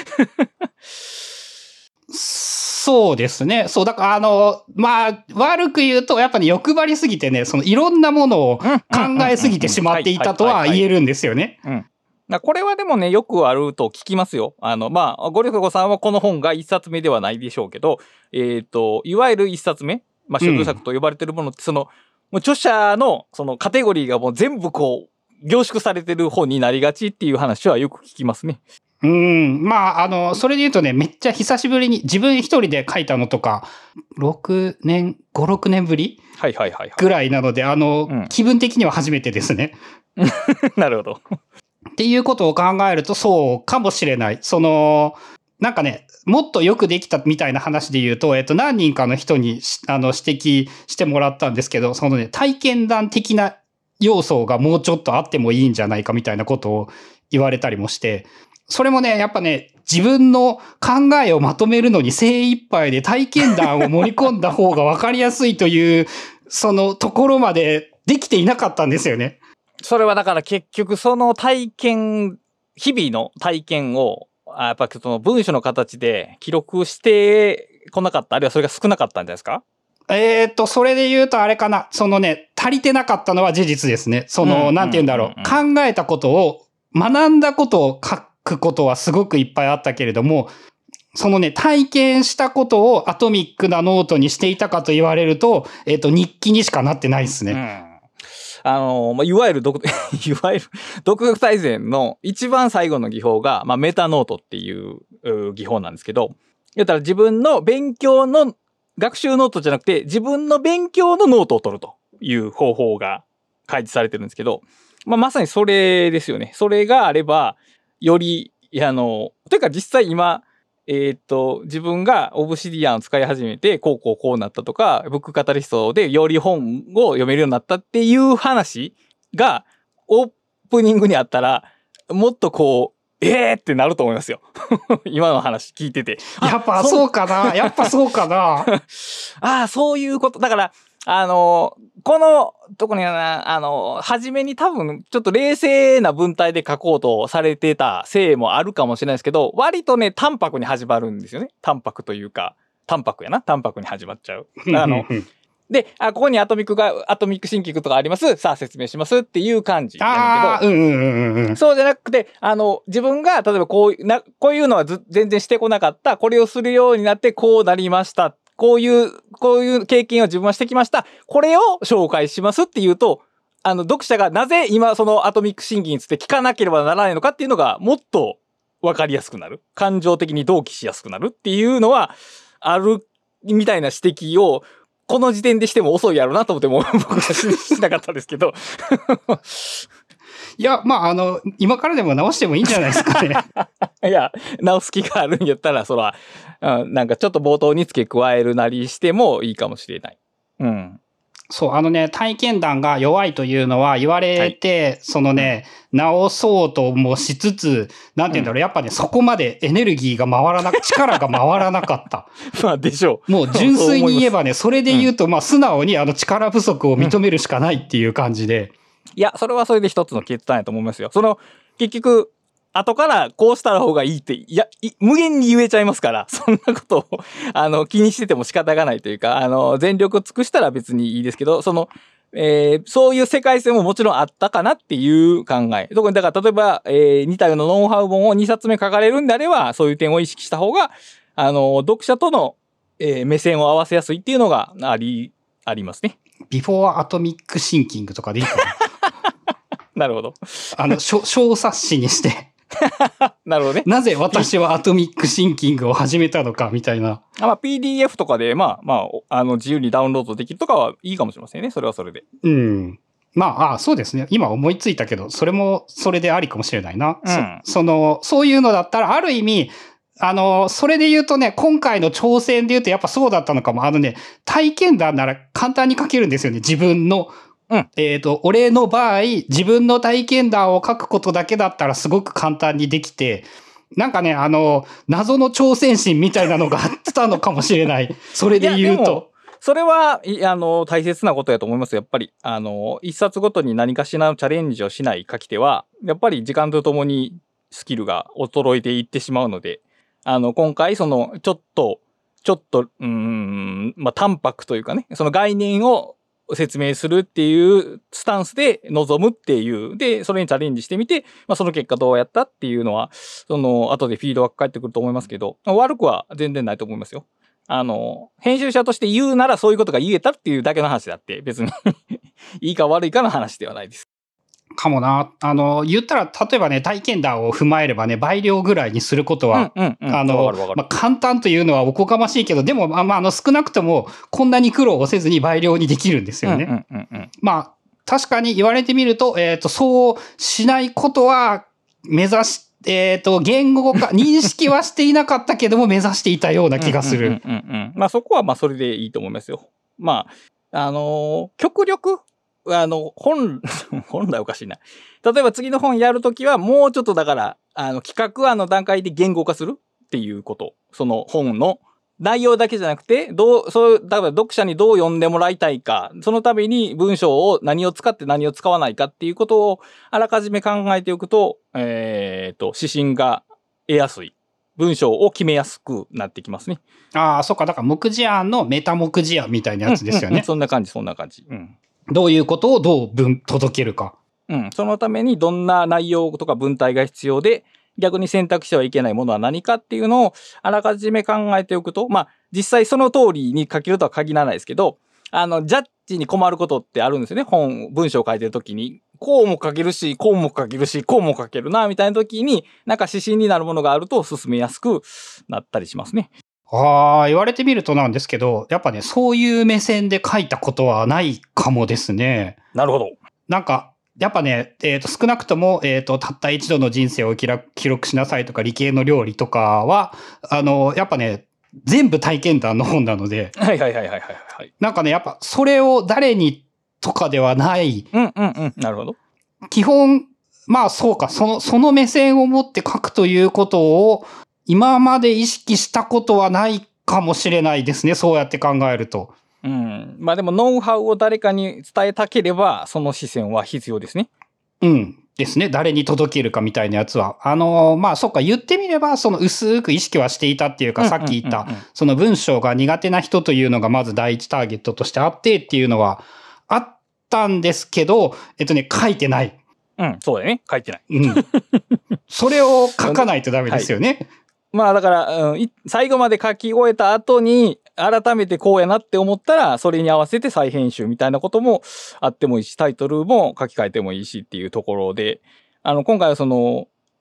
そうですね。そう、だからあの、まあ、悪く言うと、やっぱり欲張りすぎてね、そのいろんなものを考えすぎてしまっていたとは言えるんですよね。 これはでもね、よくあると聞きますよ。あの、まあ、ゴリフゴさんはこの本が一冊目ではないでしょうけど、えっと、いわゆる一冊目、まあ、主流作と呼ばれてるものって、その、もう著者のそのカテゴリーがもう全部こう、凝縮されてる本になりがちっていう話はよく聞きますね。 うん。まあ、あの、それで言うとね、めっちゃ久しぶりに自分一人で書いたのとか、ろくねん、ご、ろくねんぶりはいはいはい。 ぐらいなので、あの、うん、気分的には初めてですね。 なるほど。 っていうことを考えるとそうかもしれない。その、なんかね、もっとよくできたみたいな話で言うと、えっと、何人かの人に、あの、指摘してもらったんですけど、そのね、体験談的な要素がもうちょっとあってもいいんじゃないかみたいなことを言われたりもして、それもね、やっぱね、自分の考えをまとめるのに精一杯で体験談を盛り込んだ方が分かりやすいという、そのところまでできていなかったんですよね。 それはだから結局その体験、日々の体験を、やっぱその文章の形で記録してこなかった、あるいはそれが少なかったんじゃないですか？ えーっと、それで言うとあれかな。そのね、足りてなかったのは事実ですね。その、なんて言うんだろう。考えたことを、学んだことを書くことはすごくいっぱいあったけれども、そのね、体験したことをアトミックなノートにしていたかと言われると、えーっと、日記にしかなってないですね。 うんあの、まあ、いわゆる独、いわゆる、独学大全の一番最後の技法が、まあ、メタノートっていう技法なんですけど、言ったら自分の勉強の、学習ノートじゃなくて、自分の勉強のノートを取るという方法が開示されてるんですけど、まあ、まさにそれですよね。それがあれば、より、あの、というか実際今、えー、っと、自分がオブシディアンを使い始めて、こうこうこうなったとか、ブックカタリストでより本を読めるようになったっていう話が、オープニングにあったら、もっとこう、えーってなると思いますよ。今の話聞いてて。 やっぱそうかなやっぱそうかなああ、そういうこと。だから、あの、この、特にな、あの、初めに多分、ちょっと冷静な文体で書こうとされてたせいもあるかもしれないですけど、割とね、淡白に始まるんですよね。淡白というか、淡白やな。淡白に始まっちゃう。あの、で、あ、ここにアトミックが、アトミックシンキングとかあります。さあ説明しますっていう感じやねんけど。うんうんうん、 そうじゃなくて、あの、自分が、例えばこう、な、こういうのはず全然してこなかった。これをするようになってこうなりました。こういう、こういう経験を自分はしてきました。これを紹介しますっていうと、あの、読者がなぜ今そのアトミックシンキングについて聞かなければならないのかっていうのがもっと分かりやすくなる。感情的に同期しやすくなるっていうのは、あるみたいな指摘を、この時点でしても遅いやろなと思っても、僕は し, しなかったんですけど。 いや、まあ、あの、今からでも直してもいいんじゃないですかね。 いや、直す気があるんやったら、そら、うん、なんかちょっと冒頭に付け加えるなりしてもいいかもしれない。うん。 そう、あのね、体験談が弱いというのは言われて、はい、そのね、直そうともしつつ、なんて言うんだろう、うん、やっぱね、そこまでエネルギーが回らな、力が回らなかった。 まあ、でしょう。もう純粋に言えばね、それで言うと、まあ、素直にあの力不足を認めるしかないっていう感じで。 うん、いや、それはそれで一つの決断やと思いますよ。その、結局、後からこうした方がいいって、いや、無限に言えちゃいますから、そんなことを、あの、気にしてても仕方がないというか、あの、全力尽くしたら別にいいですけど、その、えー、そういう世界線ももちろんあったかなっていう考え。特に、だから例えば、えー、似たようなノウハウ本をにさつめ書かれるんであれば、そういう点を意識した方が、あの、読者との、えー、目線を合わせやすいっていうのがあり、ありますね。 ビフォーアトミックシンキングとかでいいかな。 なるほど。 あの、小冊子にして。 なるほどね。 なぜ私はアトミックシンキングを始めたのかみたいな。 あ、まあ、ピーディーエフ とかで、まあ、まあ、あの、自由にダウンロードできるとかはいいかもしれませんね。それはそれで。 うん。まあ、あそうですね。今思いついたけど、それもそれでありかもしれないな。うん、そ, その、そういうのだったら、ある意味、あの、それで言うとね、今回の挑戦で言うとやっぱそうだったのかも。あのね、体験談なら簡単に書けるんですよね。自分の。うん、えっと、俺の場合、自分の体験談を書くことだけだったらすごく簡単にできて、なんかね、あの、謎の挑戦心みたいなのがあったのかもしれない。それで言うと。 それは、あの、大切なことやと思います。やっぱり、あの、一冊ごとに何かしらのチャレンジをしない書き手は、やっぱり時間とともにスキルが衰えていってしまうので、あの、今回、その、ちょっと、ちょっと、うーん、まあ、淡白というかね、その概念を説明するっていうスタンスで臨むっていう。で、それにチャレンジしてみて、まあ、その結果どうやったっていうのは、その、後でフィードバック返ってくると思いますけど、悪くは全然ないと思いますよ。あの、編集者として言うならそういうことが言えたっていうだけの話であって、別にいいか悪いかの話ではないです。 かもな。あの、言ったら、例えばね、体験談を踏まえればね、倍量ぐらいにすることは、うんうんうん、あの、まあ、簡単というのはおこがましいけど、でも、まあ、まあ、あの、少なくとも、こんなに苦労をせずに倍量にできるんですよね。うんうんうんうん、まあ、確かに言われてみると、えっと、そうしないことは、目指し、えっと、言語化、認識はしていなかったけども、目指していたような気がする。うんうんうんうん、 まあ、そこは、まあ、それでいいと思いますよ。まあ、あのー、極力、あの、本、本来おかしいな。例えば次の本やるときは、もうちょっとだから、あの、企画案の段階で言語化するっていうこと。その本の内容だけじゃなくて、どう、そう、だから読者にどう読んでもらいたいか、そのために文章を何を使って何を使わないかっていうことをあらかじめ考えておくと、えっと、指針が得やすい。文章を決めやすくなってきますね。 ああ、そっか。だから目次案のメタ目次案みたいなやつですよね。うんうんうん、 そんな感じ、そんな感じ。うん。 どういうことをどう分届けるか。 うん。そのためにどんな内容とか文体が必要で、逆に選択してはいけないものは何かっていうのをあらかじめ考えておくと、まあ、実際その通りに書けるとは限らないですけど、あの、ジャッジに困ることってあるんですよね。本、文章を書いてるときに。こうも書けるし、こうも書けるし、こうも書けるな、みたいなときに、なんか指針になるものがあると進めやすくなったりしますね。 ああ、言われてみるとなんですけど、やっぱね、そういう目線で書いたことはないかもですね。 なるほど。 なんか、やっぱね、えっと、少なくとも、えっと、たった一度の人生を記録しなさいとか、理系の料理とかは、あの、やっぱね、全部体験談の本なので。 はいはいはいはいはい。 なんかね、やっぱ、それを誰にとかではない。 うんうんうん。なるほど。 基本、まあそうか、その、その目線を持って書くということを、今まで意識したことはないかもしれないですね。そうやって考えると。 うん。まあでも、ノウハウを誰かに伝えたければ、その視線は必要ですね。 うん。ですね。誰に届けるかみたいなやつは。あのー、まあそっか、言ってみれば、その薄く意識はしていたっていうか、さっき言った、その文章が苦手な人というのがまず第一ターゲットとしてあってっていうのはあったんですけど、えっとね、書いてない。 うん、そうだよね。書いてない。 うん。それを書かないとダメですよね。はい、 まあだから、うん、最後まで書き終えた後に、改めてこうやなって思ったら、それに合わせて再編集みたいなこともあってもいいし、タイトルも書き換えてもいいしっていうところで、あの、今回はその、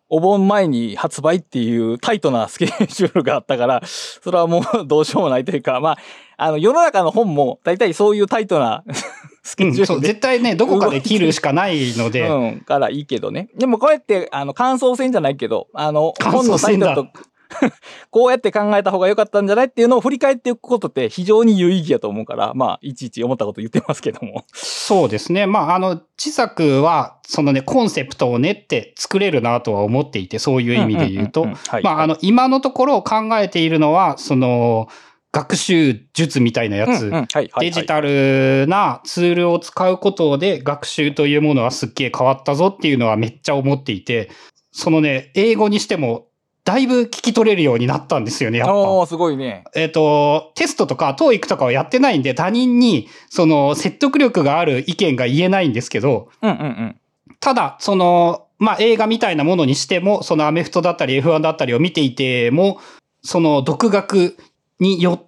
お盆前に発売っていうタイトなスケジュールがあったから、それはもうどうしようもないというか、まあ、あの、世の中の本も大体そういうタイトなスケジュールで、うん、そう絶対ね、どこかで切るしかないので。 うん、からいいけどね。でもこうやって、あの、感想戦じゃないけど、あの、本のタイトルと、こうやって考えた方が良かったんじゃないっていうのを振り返っていくことって非常に有意義やと思うから、まあ、いちいち思ったこと言ってますけども。 そうですね。まあ、あの、自作は、そのね、コンセプトを練って作れるなとは思っていて、そういう意味で言うと。まあ、あの、今のところ考えているのは、その、学習術みたいなやつ、デジタルなツールを使うことで学習というものはすっげえ変わったぞっていうのはめっちゃ思っていて、そのね、英語にしても、だいぶ聞き取れるようになったんですよね、やっぱ。 おー、すごいね。 えっと、テストとか、トーイックとかはやってないんで、他人に、その、説得力がある意見が言えないんですけど、 うんうんうん。 ただ、その、まあ、映画みたいなものにしても、そのアメフトだったり エフワン だったりを見ていても、その、独学によって、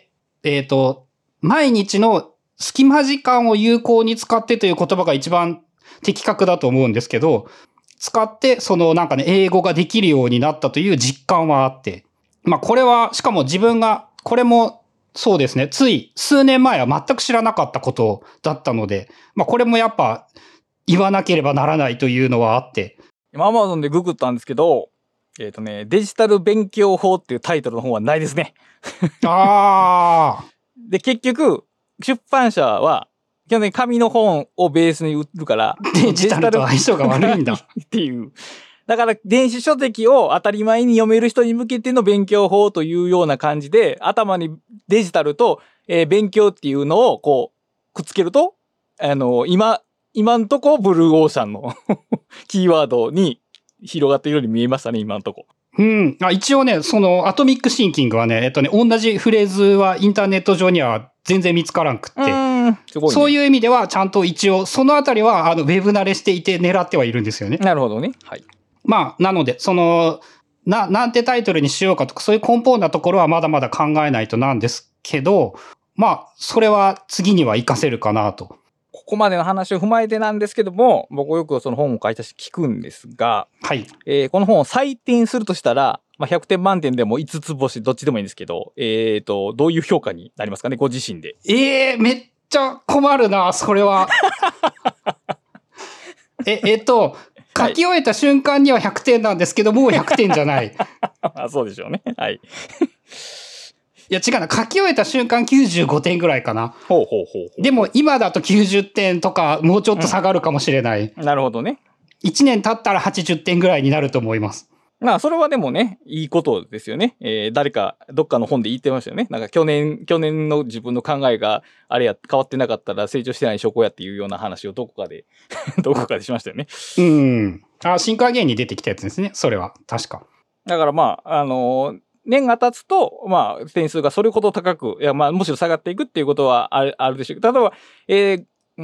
えっと、毎日の隙間時間を有効に使ってという言葉が一番的確だと思うんですけど、使って、そのなんかね、英語ができるようになったという実感はあって。まあこれは、しかも自分が、これもそうですね、つい数年前は全く知らなかったことだったので、まあこれもやっぱ言わなければならないというのはあって。 今アマゾンでググったんですけど、えっとね、デジタル勉強法っていうタイトルの本はないですね。 ああ。 で、結局、出版社は、基本的に紙の本をベースに売るから、 デジタルと相性が悪いんだ。 っていう。だから、電子書籍を当たり前に読める人に向けての勉強法というような感じで、頭にデジタルと、えー、勉強っていうのをこう、くっつけると、あのー、今、今んとこブルーオーシャンのキーワードに広がっているように見えましたね、今んとこ。 うん。あ、一応ね、そのアトミックシンキングはね、えっとね、同じフレーズはインターネット上には全然見つからんくって。 うんすごいね、 そういう意味では、ちゃんと一応、そのあたりは、あの、ウェブ慣れしていて狙ってはいるんですよね。 なるほどね。はい。 まあ、なので、その、な、なんてタイトルにしようかとか、そういう根本なところはまだまだ考えないとなんですけど、まあ、それは次には活かせるかなと。 ここまでの話を踏まえてなんですけども、僕よくその本を書いたし聞くんですが、 はい。 えー、この本を採点するとしたら、まあ、ひゃくてん満点でもいつつ星、どっちでもいいんですけど、えっと、どういう評価になりますかね、ご自身で。 ええー、めっちゃ困るな、それは。え、えっと、書き終えた瞬間にはひゃくてんなんですけど、もうひゃくてんじゃない。 あ、そうでしょうね。はい。 いや違うな、書き終えた瞬間きゅうじゅうごてんぐらいかな。 ほうほうほうほう。 でも今だときゅうじゅってんとか、もうちょっと下がるかもしれない。 うん、なるほどね。 いちねん経ったらはちじゅってんぐらいになると思います。 まあ、それはでもね、いいことですよね。えー、誰か、どっかの本で言ってましたよね。なんか去年、去年の自分の考えが、あれや、変わってなかったら成長してない証拠やっていうような話をどこかで、どこかでしましたよね。 うん。あ、シンカーゲーンに出てきたやつですね。それは。確か。 だからまあ、あのー、年が経つと、まあ、点数がそれほど高く、いや、まあ、むしろ下がっていくっていうことはある、あるでしょう。例えば、えー、うん、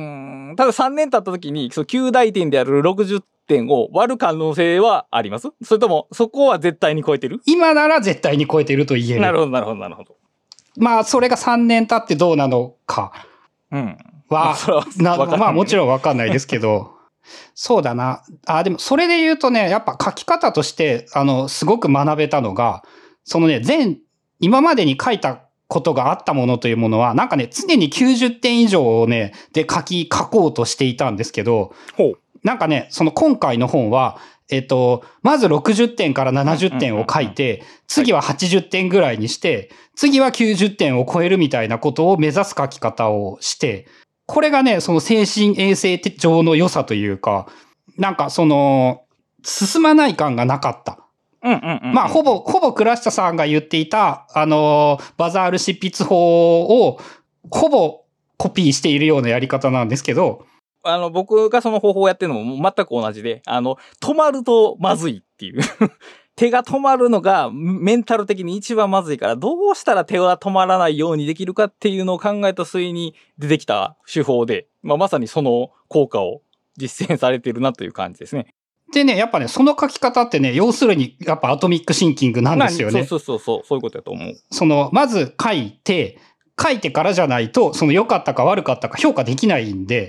たださんねん経った時に、そのきゅう大点であるろくじゅってんを割る可能性はあります？それとも、そこは絶対に超えてる？ 今なら絶対に超えてると言える。 なるほど、なるほど、なるほど。 まあ、それがさんねん経ってどうなのか。 うん。 は、なまあ、もちろんわかんないですけど。そうだな。あ、でも、それで言うとね、やっぱ書き方として、あの、すごく学べたのが、そのね、全、今までに書いたことがあったものというものは、なんかね、常にきゅうじゅってん以上をね、で書き、書こうとしていたんですけど、 ほう。 なんかね、その今回の本は、えっと、まずろくじゅってんからななじゅってんを書いて、次ははちじゅってんぐらいにして、次はきゅうじゅってんを超えるみたいなことを目指す書き方をして、これがね、その精神衛生上の良さというか、なんかその、進まない感がなかった。 うんうんうん。 まあ、ほぼ、ほぼ倉下さんが言っていた、あの、バザール執筆法を、ほぼコピーしているようなやり方なんですけど、 あの、僕がその方法をやってるのも全く同じで、あの、止まるとまずいっていう。手が止まるのがメンタル的に一番まずいから、どうしたら手が止まらないようにできるかっていうのを考えた末に出てきた手法で、まあ、まさにその効果を実践されているなという感じですね。 でね、やっぱね、その書き方ってね、要するに、やっぱアトミックシンキングなんですよね。 そうそうそう、そういうことだと思う。 その、まず書いて、書いてからじゃないと、その良かったか悪かったか評価できないんで、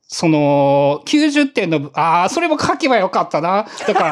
その、きゅうじゅってんの、ああ、それも書けばよかったな。だから、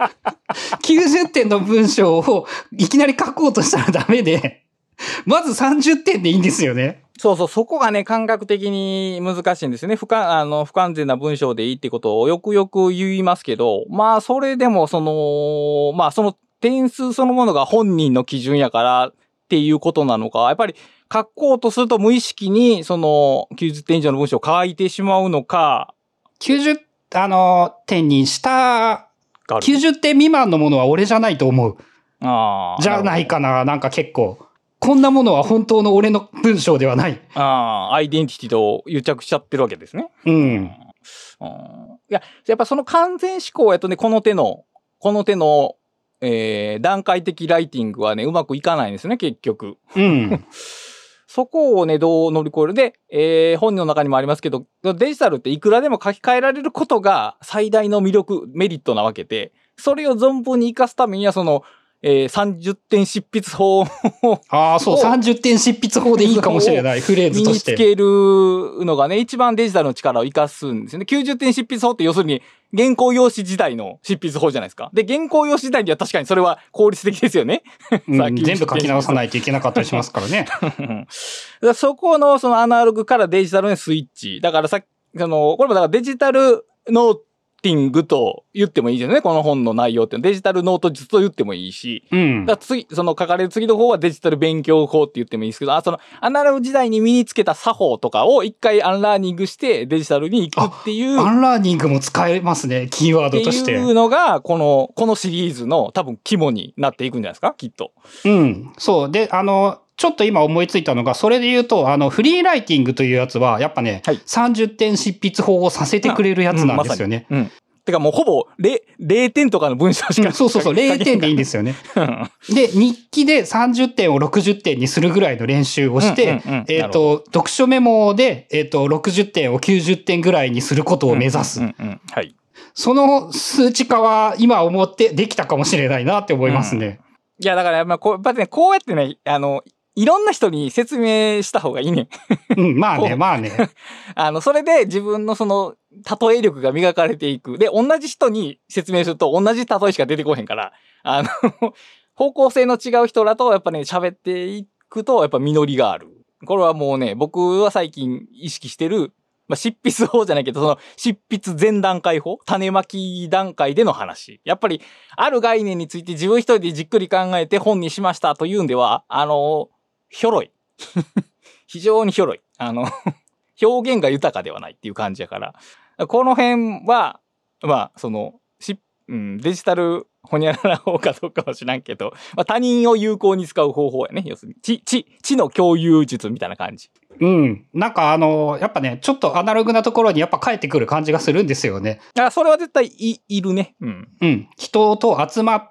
きゅうじゅってんの文章をいきなり書こうとしたらダメで、まずさんじゅってんでいいんですよね。 そうそう、そこがね、感覚的に難しいんですよね。不完、あの、不完全な文章でいいってことをよくよく言いますけど、まあ、それでも、その、まあ、その点数そのものが本人の基準やからっていうことなのか、やっぱり書こうとすると無意識に、その、きゅうじゅってん以上の文章を書いてしまうのか。 きゅうじゅう、あの、点にしたきゅうじゅってん未満のものは俺じゃないと思う。 ああ。 じゃないかな、なんか結構。こんなものは本当の俺の文章ではない。 ああ、アイデンティティと癒着しちゃってるわけですね。 うん。うん、 いや、やっぱその完全思考やとね、この手の、この手の、えー、段階的ライティングはね、うまくいかないんですね、結局。 うん。 そこをね、どう乗り越えるで、えー、本の中にもありますけど、デジタルっていくらでも書き換えられることが最大の魅力、メリットなわけで、それを存分に活かすためには、その、えー、さんじゅってん執筆法をああ、そう、さんじゅってん執筆法でいいかもしれない、フレーズとして。 身につけるのがね、一番デジタルの力を活かすんですよね。きゅうじゅってん執筆法って要するに、原稿用紙時代の執筆法じゃないですか。で、原稿用紙時代には確かにそれは効率的ですよね。 うん、全部書き直さないといけなかったりしますからね。 だそこのそのアナログからデジタルにスイッチ。だからさっき、その、これもだからデジタルのティングと言ってもいいですよね。この本の内容ってデジタルノート術と言ってもいいし。 うん。 だから次、その書かれる次の方はデジタル勉強法って言ってもいいですけど、あ、そのアナログ時代に身につけた作法とかを一回アンラーニングしてデジタルに行くっていう。 アンラーニングも使えますね。キーワードとして。 っていうのが、この、このシリーズの多分肝になっていくんじゃないですかきっと。 うん。そう。で、あの、ちょっと今思いついたのが、それで言うと、あの、フリーライティングというやつは、やっぱね、はい、さんじゅってん執筆法をさせてくれるやつなんですよね。 うん。まうんてかもうほぼ 0, 0点とかの文章しか、うん、 そうそうそう、れいてんでいいんですよね。で、日記でさんじゅってんをろくじゅってんにするぐらいの練習をして、うんうんうん、えっと、読書メモで、えっと、ろくじゅってんをきゅうじゅってんぐらいにすることを目指す。 うんうんうんはい。 その数値化は今思ってできたかもしれないなって思いますね。 うん、いや、だから、まあ、こう、やっぱね、こうやってね、あの、いろんな人に説明した方がいいね。 うん、まあね、まあね。 あの、それで自分のその、例え力が磨かれていく。で、同じ人に説明すると同じ例えしか出てこへんから、あの、方向性の違う人らとやっぱね、喋っていくと、やっぱ実りがある。これはもうね、僕は最近意識してる、まあ、執筆法じゃないけど、その、執筆前段階法種まき段階での話。やっぱり、ある概念について自分一人でじっくり考えて本にしましたというんでは、あの、ひょろい。非常にひょろい。あの、表現が豊かではないっていう感じやから。この辺は、まあ、その、し、うん、デジタルホニャララ法かどうかは知らんけど、まあ、他人を有効に使う方法やね。要するに、知、知、知の共有術みたいな感じ。 うん。なんかあの、やっぱね、ちょっとアナログなところにやっぱ帰ってくる感じがするんですよね。 あ、それは絶対い、いるね。うん。 うん。人と集まって、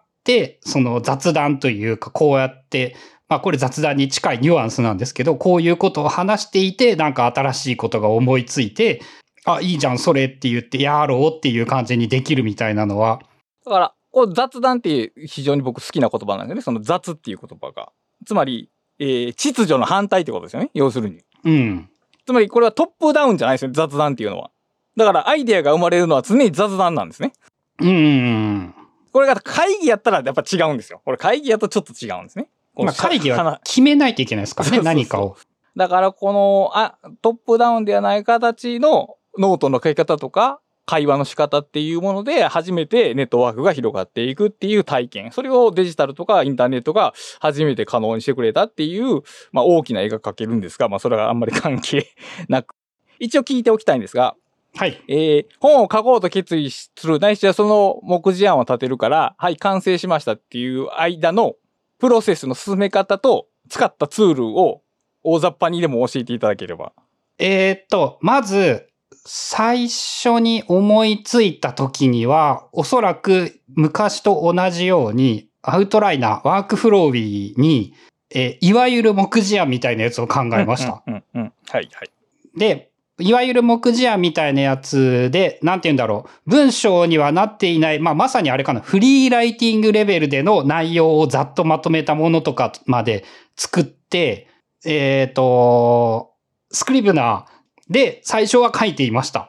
その雑談というか、こうやって、まあこれ雑談に近いニュアンスなんですけど、こういうことを話していて、なんか新しいことが思いついて、あ、いいじゃん、それって言って、やろうっていう感じにできるみたいなのは。 だから、これ雑談っていう非常に僕好きな言葉なんですよね。その雑っていう言葉が。つまり、えー、秩序の反対ってことですよね。要するに。 うん。 つまりこれはトップダウンじゃないですよね。雑談っていうのは。だからアイデアが生まれるのは常に雑談なんですね。 うん。 これが会議やったらやっぱ違うんですよ。これ会議やとちょっと違うんですね。 まあ会議は決めないといけないですからね、何かを。 だからこのあトップダウンではない形のノートの書き方とか会話の仕方っていうもので初めてネットワークが広がっていくっていう体験。それをデジタルとかインターネットが初めて可能にしてくれたっていう、まあ大きな絵が描けるんですが、まあそれはあんまり関係なく。一応聞いておきたいんですが、 はい。 えー、本を書こうと決意する、ないしはその目次案を立てるから、はい、完成しましたっていう間のプロセスの進め方と使ったツールを大雑把にでも教えていただければ。 えー、っと、まず、最初に思いついた時には、おそらく昔と同じように、アウトライナー、ワークフローウィーに、えー、いわゆる目次案みたいなやつを考えました。 うんうんうんうん、はいはい。 で、いわゆる目次案みたいなやつで、なんて言うんだろう。文章にはなっていない、まあまさにあれかな、フリーライティングレベルでの内容をざっとまとめたものとかまで作って、えっと、スクリブナーで最初は書いていました。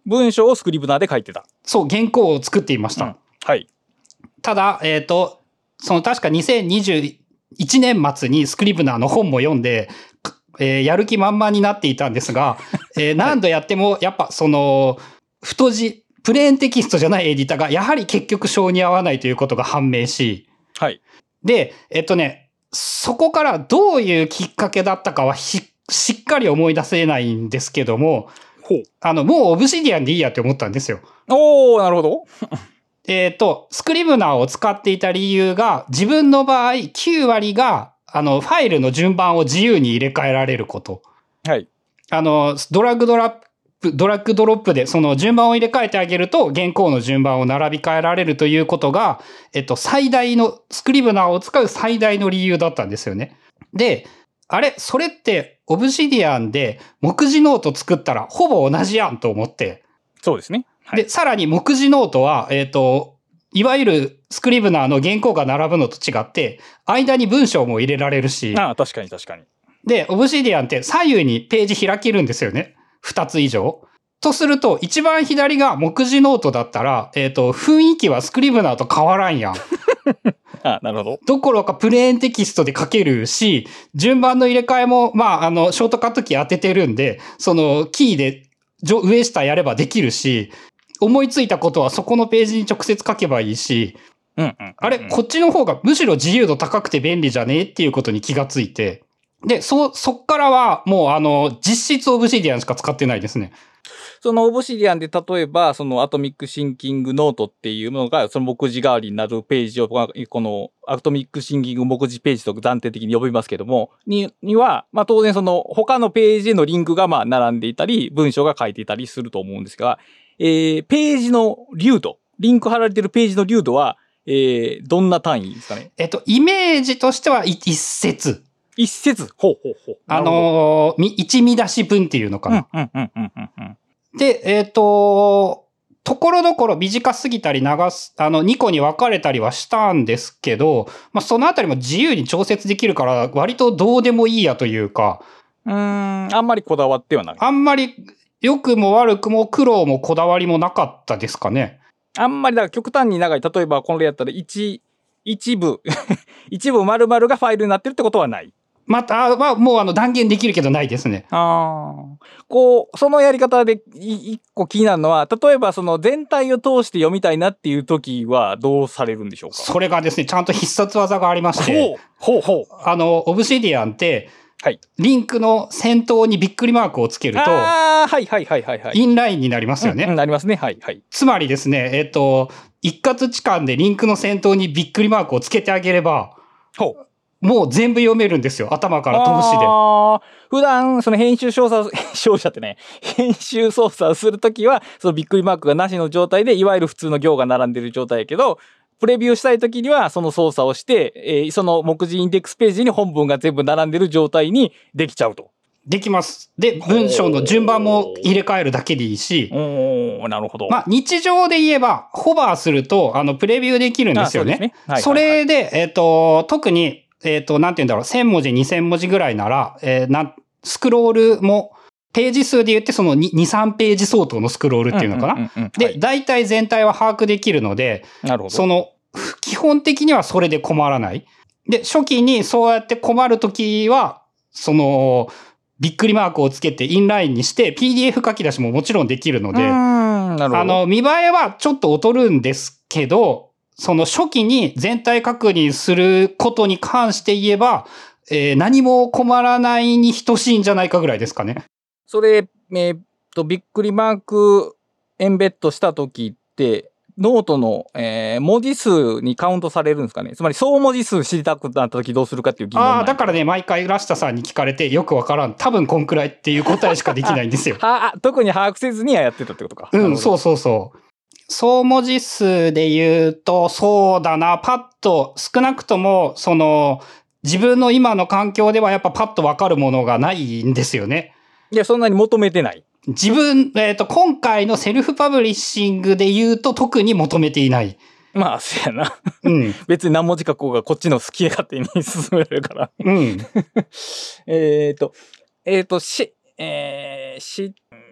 文章をスクリブナーで書いてた。 そう、原稿を作っていました。うん、 はい。 ただ、えっと、その確かにせんにじゅういちねん末にスクリブナーの本も読んで、えー、やる気満々になっていたんですが、えー、何度やっても、やっぱその、太字、プレーンテキストじゃないエディターが、やはり結局性に合わないということが判明し、 はい。 で、えっとね、そこからどういうきっかけだったかはし、しっかり思い出せないんですけども、 ほう。 あの、もうオブシディアンでいいやって思ったんですよ。 おー、なるほど。 えっと、スクリブナーを使っていた理由が、自分の場合きゅう割が、あの、ファイルの順番を自由に入れ替えられること。 はい。 あの、ドラッグドラップ、ドラッグドロップでその順番を入れ替えてあげると、原稿の順番を並び替えられるということが、えっと、最大の、スクリブナーを使う最大の理由だったんですよね。で、あれ、それって、オブシディアンで目次ノート作ったらほぼ同じやんと思って。 そうですね。 はい、で、さらに目次ノートは、えっと、いわゆるスクリブナーの原稿が並ぶのと違って、間に文章も入れられるし。 ああ、確かに確かに。 で、オブシディアンって左右にページ開けるんですよね。二つ以上。とすると、一番左が目次ノートだったら、えっと、雰囲気はスクリブナーと変わらんやん。 あ、なるほど。 どころかプレーンテキストで書けるし、順番の入れ替えも、まあ、あの、ショートカットキー当ててるんで、その、キーで上下やればできるし、思いついたことはそこのページに直接書けばいいし、 うんうんうんうん、 あれ、こっちの方がむしろ自由度高くて便利じゃねえっていうことに気がついて、で、そ、そっからはもうあの、実質オブシディアンしか使ってないですね。 そのオブシディアンで例えば、そのアトミックシンキングノートっていうものが、その目次代わりになるページを、このアトミックシンキング目次ページと暫定的に呼びますけども、に、には、まあ当然その他のページへのリンクがまあ並んでいたり、文章が書いていたりすると思うんですが、えー、ページの流度、リンク貼られているページの流度は、えー、どんな単位ですかね？ えっと、イメージとしては一節。 一節。ほうほうほう。 あのー、一見出し分っていうのかな。 うんうんうんうんうんうん。 で、えっと、ところどころ短すぎたり長す、あの、にこに分かれたりはしたんですけど、まあ、そのあたりも自由に調節できるから、割とどうでもいいやというか。 うーん、あんまりこだわってはない。 あんまり、良くも悪くも苦労もこだわりもなかったですかね。 あんまりだから極端に長い。例えばこれやったら一、一部、一部丸々がファイルになってるってことはない。 またはもうあの断言できるけどないですね。 ああ。こう、そのやり方で一個気になるのは、例えばその全体を通して読みたいなっていう時はどうされるんでしょうか？ それがですね、ちゃんと必殺技がありまして。 ほう、ほう、ほう。 あの、オブシディアンって、はい。リンクの先頭にびっくりマークをつけると、 ああ、はいはいはいはいはい。 インラインになりますよね。 うんうん、なりますね。はいはい。 つまりですね、えっと、一括置換でリンクの先頭にびっくりマークをつけてあげれば、 ほう。 もう全部読めるんですよ。頭から飛ぶしで。 あ普段、その編集操作、操作ってね、編集操作をするときは、そのびっくりマークがなしの状態で、いわゆる普通の行が並んでる状態やけど、プレビューしたいときには、その操作をして、えー、その目次インデックスページに本文が全部並んでる状態にできちゃうと。 できます。で、文章の順番も入れ替えるだけでいいし。 おー、なるほど。 まあ、日常で言えば、ホバーすると、あの、プレビューできるんですよね。そうですね。はいはいはい、それで、えっと、特に、えっと、なんて言うんだろう、せん文字、にせん文字ぐらいなら、えー、な、スクロールも、ページ数で言ってそのに、さんページ相当のスクロールっていうのかな、うんうんうんうん、で、はい、大体全体は把握できるので、 なるほど。 その、基本的にはそれで困らない。で、初期にそうやって困るときは、その、びっくりマークをつけてインラインにして ピーディーエフ 書き出しももちろんできるので、 なるほど。 あの、見栄えはちょっと劣るんですけど、その初期に全体確認することに関して言えば、えー、何も困らないに等しいんじゃないかぐらいですかね。 それ、えー、っと、びっくりマークエンベッドしたときって、ノートの、えー、文字数にカウントされるんですかね。つまり総文字数知りたくなったときどうするかっていう疑問なん。 ああ、だからね、毎回ラシタさんに聞かれてよくわからん。多分こんくらいっていう答えしかできないんですよ。 はあ、特に把握せずにはやってたってことか。 うん、そうそうそう。総文字数で言うと、そうだな、パッと、少なくとも、その、自分の今の環境ではやっぱパッとわかるものがないんですよね。 いや、そんなに求めてない。 自分、えっと、今回のセルフパブリッシングで言うと特に求めていない。 まあ、そうやな。 うん。 別に何文字書こうがこっちの好き勝手に進められるから。 うん。 えっと、えっと、し、えー、し、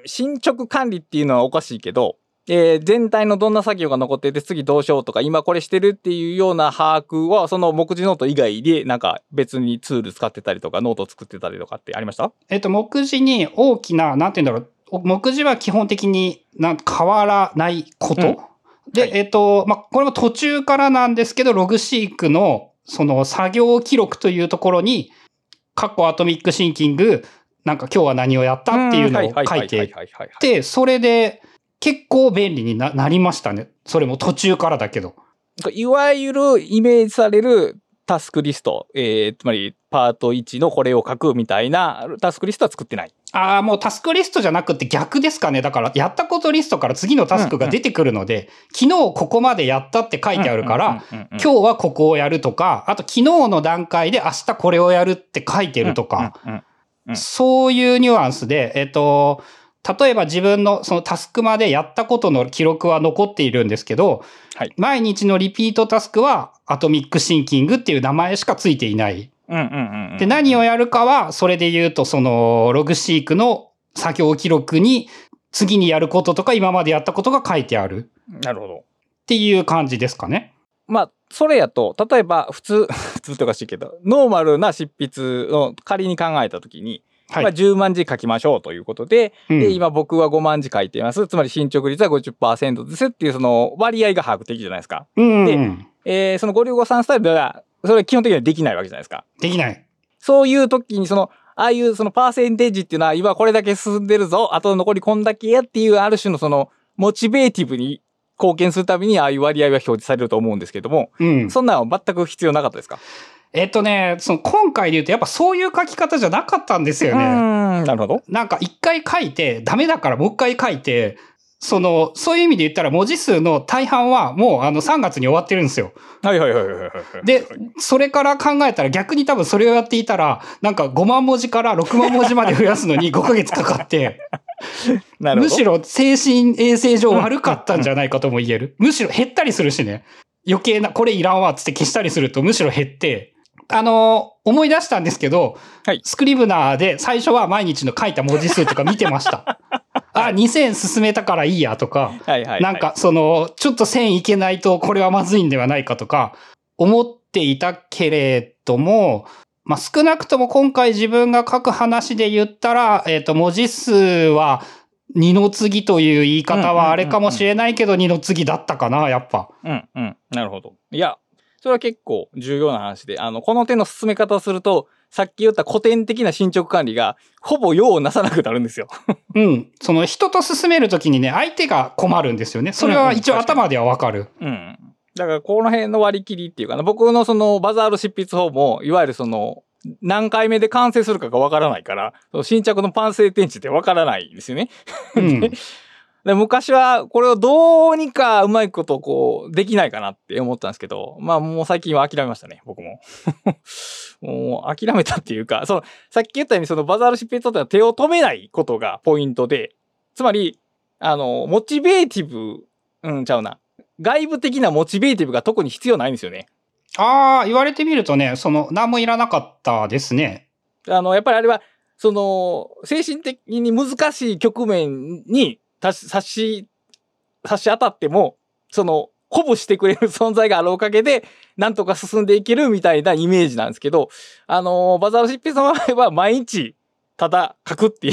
進捗管理っていうのはおかしいけど、えー、全体のどんな作業が残ってて次どうしようとか今これしてるっていうような把握はその目次ノート以外でなんか別にツール使ってたりとかノート作ってたりとかってありました？ えっと、目次に大きな、なんて言うんだろう、目次は基本的になん変わらないこと、うん、で、はい、えっと、まあ、これも途中からなんですけど、ログシークのその作業記録というところに、過去アトミックシンキング、なんか今日は何をやったっていうのを書いてで、それで結構便利に な, なりましたね。それも途中からだけど。 いわゆるイメージされるタスクリスト、えー、つまりパートいちのこれを書くみたいなタスクリストは作ってない。ああ、もうタスクリストじゃなくて逆ですかね。だからやったことリストから次のタスクが出てくるので、うんうん、昨日ここまでやったって書いてあるから、今日はここをやるとか、あと昨日の段階で明日これをやるって書いてるとか、うんうんうんうん、そういうニュアンスで、えっと、例えば自分のそのタスクまでやったことの記録は残っているんですけど、はい、毎日のリピートタスクはアトミックシンキングっていう名前しかついていない。で、何をやるかは、それで言うと、その、ログシークの作業記録に、次にやることとか、今までやったことが書いてある。 なるほど。 っていう感じですかね。 まあ、それやと、例えば、普通、普通っておかしいけど、ノーマルな執筆を仮に考えたときに、はい、まあ、じゅうまんじ書きましょうということで、うん、で、今僕はごまんじ書いています。つまり進捗率は ごじゅっパーセント ですっていう、その割合が把握できるじゃないですか。 うんうん、 で、えー、そのごじゅうごさんスタイルでは、それは基本的にはできないわけじゃないですか。 できない。 そういう時に、その、ああいうそのパーセンテージっていうのは、今これだけ進んでるぞ、あと残りこんだけやっていう、ある種のその、モチベーティブに貢献するために、ああいう割合は表示されると思うんですけども、うん、そんなのは全く必要なかったですか？ えっとね、その今回で言うとやっぱそういう書き方じゃなかったんですよね。 うん、なるほど。 なんか一回書いて、ダメだからもう一回書いて、その、そういう意味で言ったら文字数の大半はもうあのさんがつに終わってるんですよ。 はいはいはいはいはい。 で、それから考えたら逆に多分それをやっていたら、なんかごまん文字からろくまん文字まで増やすのにごかげつかかって、むしろ精神衛生上悪かったんじゃないかとも言える。むしろ減ったりするしね。余計な、これいらんわっつって消したりするとむしろ減って、あの、思い出したんですけど、はい、スクリブナーで最初は毎日の書いた文字数とか見てました。あ、にせん進めたからいいやとか、はいはいはい、なんかその、ちょっとせんいけないとこれはまずいんではないかとか、思っていたけれども、まあ、少なくとも今回自分が書く話で言ったら、えっと、文字数は二の次という言い方はあれかもしれないけど、二の次だったかな、やっぱ。 うんうん。なるほど。いや、それは結構重要な話で、あの、この手の進め方をすると、さっき言った古典的な進捗管理が、ほぼ用をなさなくなるんですよ。 うん。その人と進めるときにね、相手が困るんですよね。それは一応頭ではわかる。 うん、うん。だから、この辺の割り切りっていうかな、僕のそのバザール執筆法も、いわゆるその、何回目で完成するかがわからないから、新着のパンセー天地ってわからないんですよね。うんで昔はこれをどうにかうまいことこうできないかなって思ったんですけど、まあもう最近は諦めましたね、僕も。もう諦めたっていうか、そのさっき言ったようにそのバザール執筆とっては手を止めないことがポイントで、つまり、あの、モチベーティブ、うんちゃうな。外部的なモチベーティブが特に必要ないんですよね。 ああ、言われてみるとね、その何もいらなかったですね。 あの、やっぱりあれは、その、精神的に難しい局面に、差し、差し、差し当たっても、その、鼓舞してくれる存在があるおかげで、なんとか進んでいけるみたいなイメージなんですけど、あの、バザール執筆の場合は毎日、ただ書くっていう、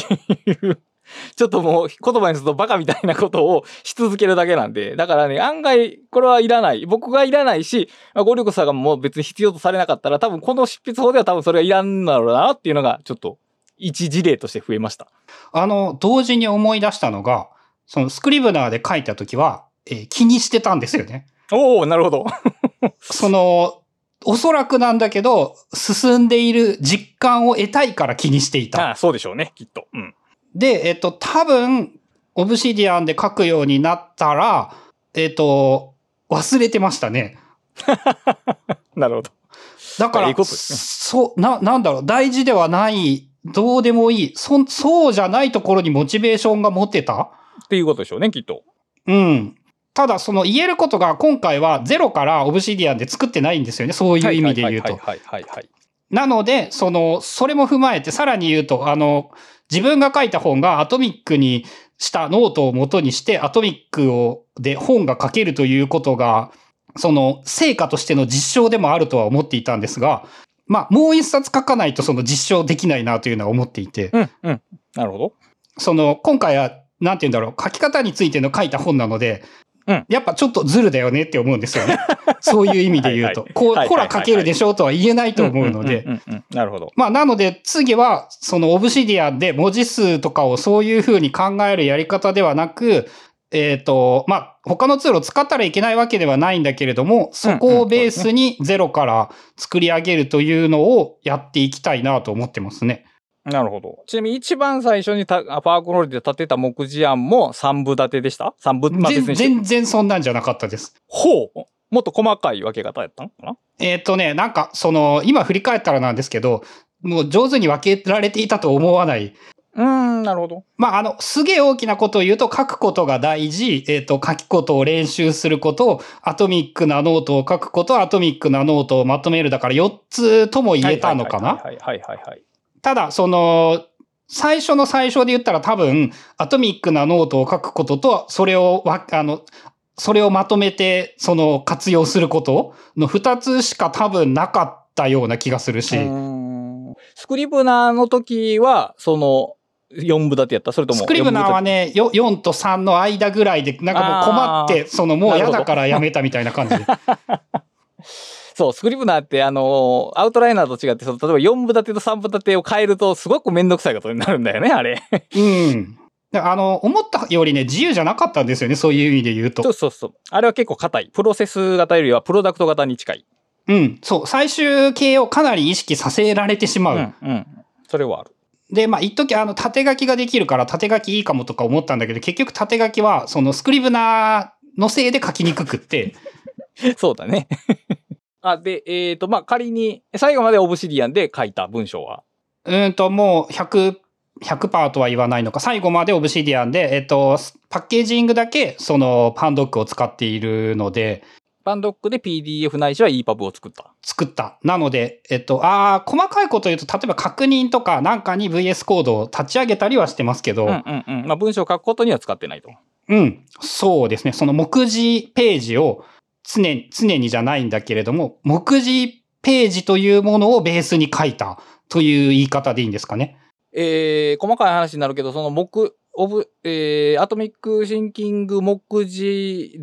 ちょっともう言葉にするとバカみたいなことをし続けるだけなんで、だからね、案外、これはいらない。僕がいらないし、ゴリゴさんがもう別に必要とされなかったら、多分この執筆法では多分それはいらんだろうなっていうのが、ちょっと、一事例として増えました。 あの、同時に思い出したのが、そのスクリブナーで書いたときは、えー、気にしてたんですよね。 おお、なるほど。 その、おそらくなんだけど、進んでいる実感を得たいから気にしていた。 ああ、そうでしょうね、きっと。うん。 で、えっと、多分、オブシディアンで書くようになったら、えっと、忘れてましたね。 なるほど。 だから、いいことですね。そう、な、なんだろう、大事ではない、どうでもいい、そ、そうじゃないところにモチベーションが持てたっていうことでしょうね、きっと。 うん。ただ、その言えることが今回はゼロからオブシディアンで作ってないんですよね。そういう意味で言うと。 はいはいはいはいはい。 なので、その、それも踏まえてさらに言うと、あの、 自分が書いた本がアトミックにしたノートを元にして、アトミックを、で本が書けるということが、その成果としての実証でもあるとは思っていたんですが、まあ、もう一冊書かないとその実証できないなというのは思っていて。 うん、うん。なるほど。 その、今回は、なんて言うんだろう、書き方についての書いた本なので、うん、やっぱちょっとズルだよねって思うんですよね。そういう意味で言うと。はいはい、こう、ほら書けるでしょうとは言えないと思うので。 なるほど。 まあ、なので、次は、そのオブシディアンで文字数とかをそういう風に考えるやり方ではなく、えっと、まあ、他のツールを使ったらいけないわけではないんだけれども、そこをベースにゼロから作り上げるというのをやっていきたいなと思ってますね。 なるほど。ちなみに一番最初にパワークロールで立てた目次案も三部立てでした？三部、まあ、別に全然そんなんじゃなかったです。 ほう。もっと細かい分け方やったのかな？ えっとね、なんか、その、今振り返ったらなんですけど、もう上手に分けられていたと思わない。 うーん、なるほど。 まあ、あの、すげえ大きなことを言うと、書くことが大事、えっと、書くことを練習すること、アトミックなノートを書くこと、アトミックなノートをまとめるだからよっつとも言えたのかな？ はいはいはいはい。 ただ、その、最初の最初で言ったら多分、アトミックなノートを書くことと、それをわ、あの、それをまとめて、その、活用することの二つしか多分なかったような気がするし。 スクリブナーの時は、その、四部立てやった？それとも。 スクリブナーはね、よんとさんの間ぐらいで、なんかもう困って、その、もう嫌だからやめたみたいな感じ。 そう、スクリブナーって、あのー、アウトライナーと違って、その、例えばよん部立てとさん部立てを変えると、すごくめんどくさいことになるんだよね、あれ。 うん。あの、思ったよりね、自由じゃなかったんですよね、そういう意味で言うと。 そうそうそう。あれは結構硬い。プロセス型よりはプロダクト型に近い。 うん、そう。最終形をかなり意識させられてしまう。 うん、うん。それはある。 で、まあ、一時あの、縦書きができるから、縦書きいいかもとか思ったんだけど、結局縦書きは、そのスクリブナーのせいで書きにくくって。 そうだね。あ、で、えっと、まあ、仮に、最後までオブシディアンで書いた文章はうんと、もうひゃく、ひゃくパーセントは言わないのか。最後までオブシディアンで、えっと、パッケージングだけ、その、パンドックを使っているので。 パンドックで ピーディーエフ ないしは イーパブ を作った。 作った。なので、えっと、ああ、細かいこと言うと、例えば確認とかなんかに ブイエス コードを立ち上げたりはしてますけど。 うんうんうん。まあ、文章を書くことには使ってないと。 うん。そうですね。その目次ページを、常に、常にじゃないんだけれども、目次ページというものをベースに書いたという言い方でいいんですかね。 えー、細かい話になるけど、その目、オブ、えー、アトミックシンキング目次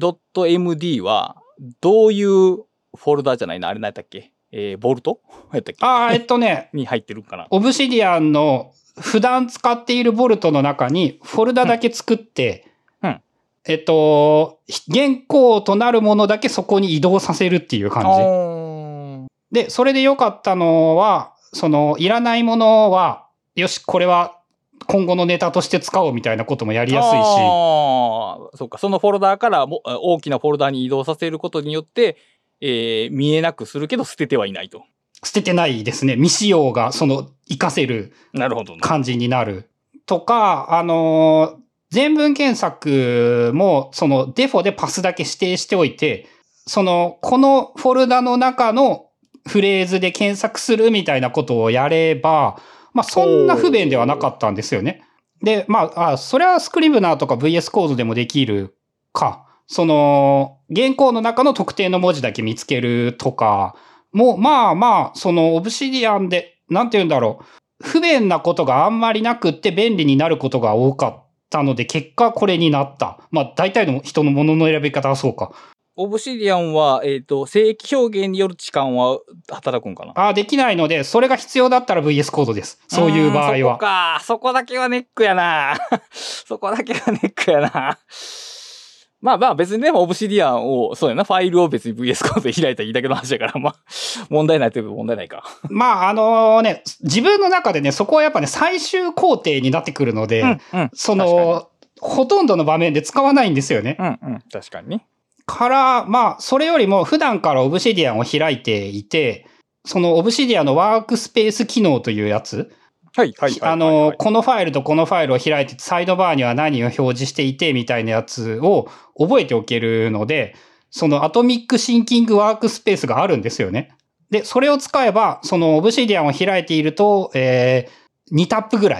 .md は、どういうフォルダじゃないな、あれ何やったっけ？えー、ボルトやったっけ？ ああ、えっとね。 に入ってるかな。 オブシディアンの普段使っているボルトの中にフォルダだけ作って、 うんうん、 えっと、原稿となるものだけそこに移動させるっていう感じ。で、それで良かったのは、その、いらないものは、よし、これは今後のネタとして使おうみたいなこともやりやすいし。ああ、そうか。そのフォルダーからも大きなフォルダーに移動させることによって、えー、見えなくするけど捨ててはいないと。 捨ててないですね。未使用がその活かせる感じになる。とか、あのー、全文検索もそのデフォでパスだけ指定しておいて、その、このフォルダの中のフレーズで検索するみたいなことをやれば、まあそんな不便ではなかったんですよね。で、まあ、あ、それはスクリブナーとか ブイエス コードでもできるか。その、原稿の中の特定の文字だけ見つけるとか、もう、まあまあ、そのオブシディアンで、なんて言うんだろう。不便なことがあんまりなくって便利になることが多かったので、結果これになった。まあ大体の人のものの選び方はそうか。 オブシディアンは、えっと、正規表現による置換は働くんかな？ ああ、できないので、それが必要だったら ブイエス コードです。そういう場合は。そこか。そこだけはネックやな。そこだけはネックやな。まあまあ別にでもオブシディアンを、そうやな、ファイルを別に ブイエス コードで開いたらいいだけの話だから、まあ、問題ないといえば問題ないか。 まああのね、自分の中でね、そこはやっぱね、最終工程になってくるので、うんうん、その、ほとんどの場面で使わないんですよね。 うんうん、確かにね。 から、まあ、それよりも普段からオブシディアンを開いていて、そのオブシディアンのワークスペース機能というやつ。 はいはいはい、はい。 あの、このファイルとこのファイルを開いて、サイドバーには何を表示していてみたいなやつを覚えておけるので、そのアトミックシンキングワークスペースがあるんですよね。で、それを使えば、そのオブシディアンを開いていると、えー、にタップぐらい。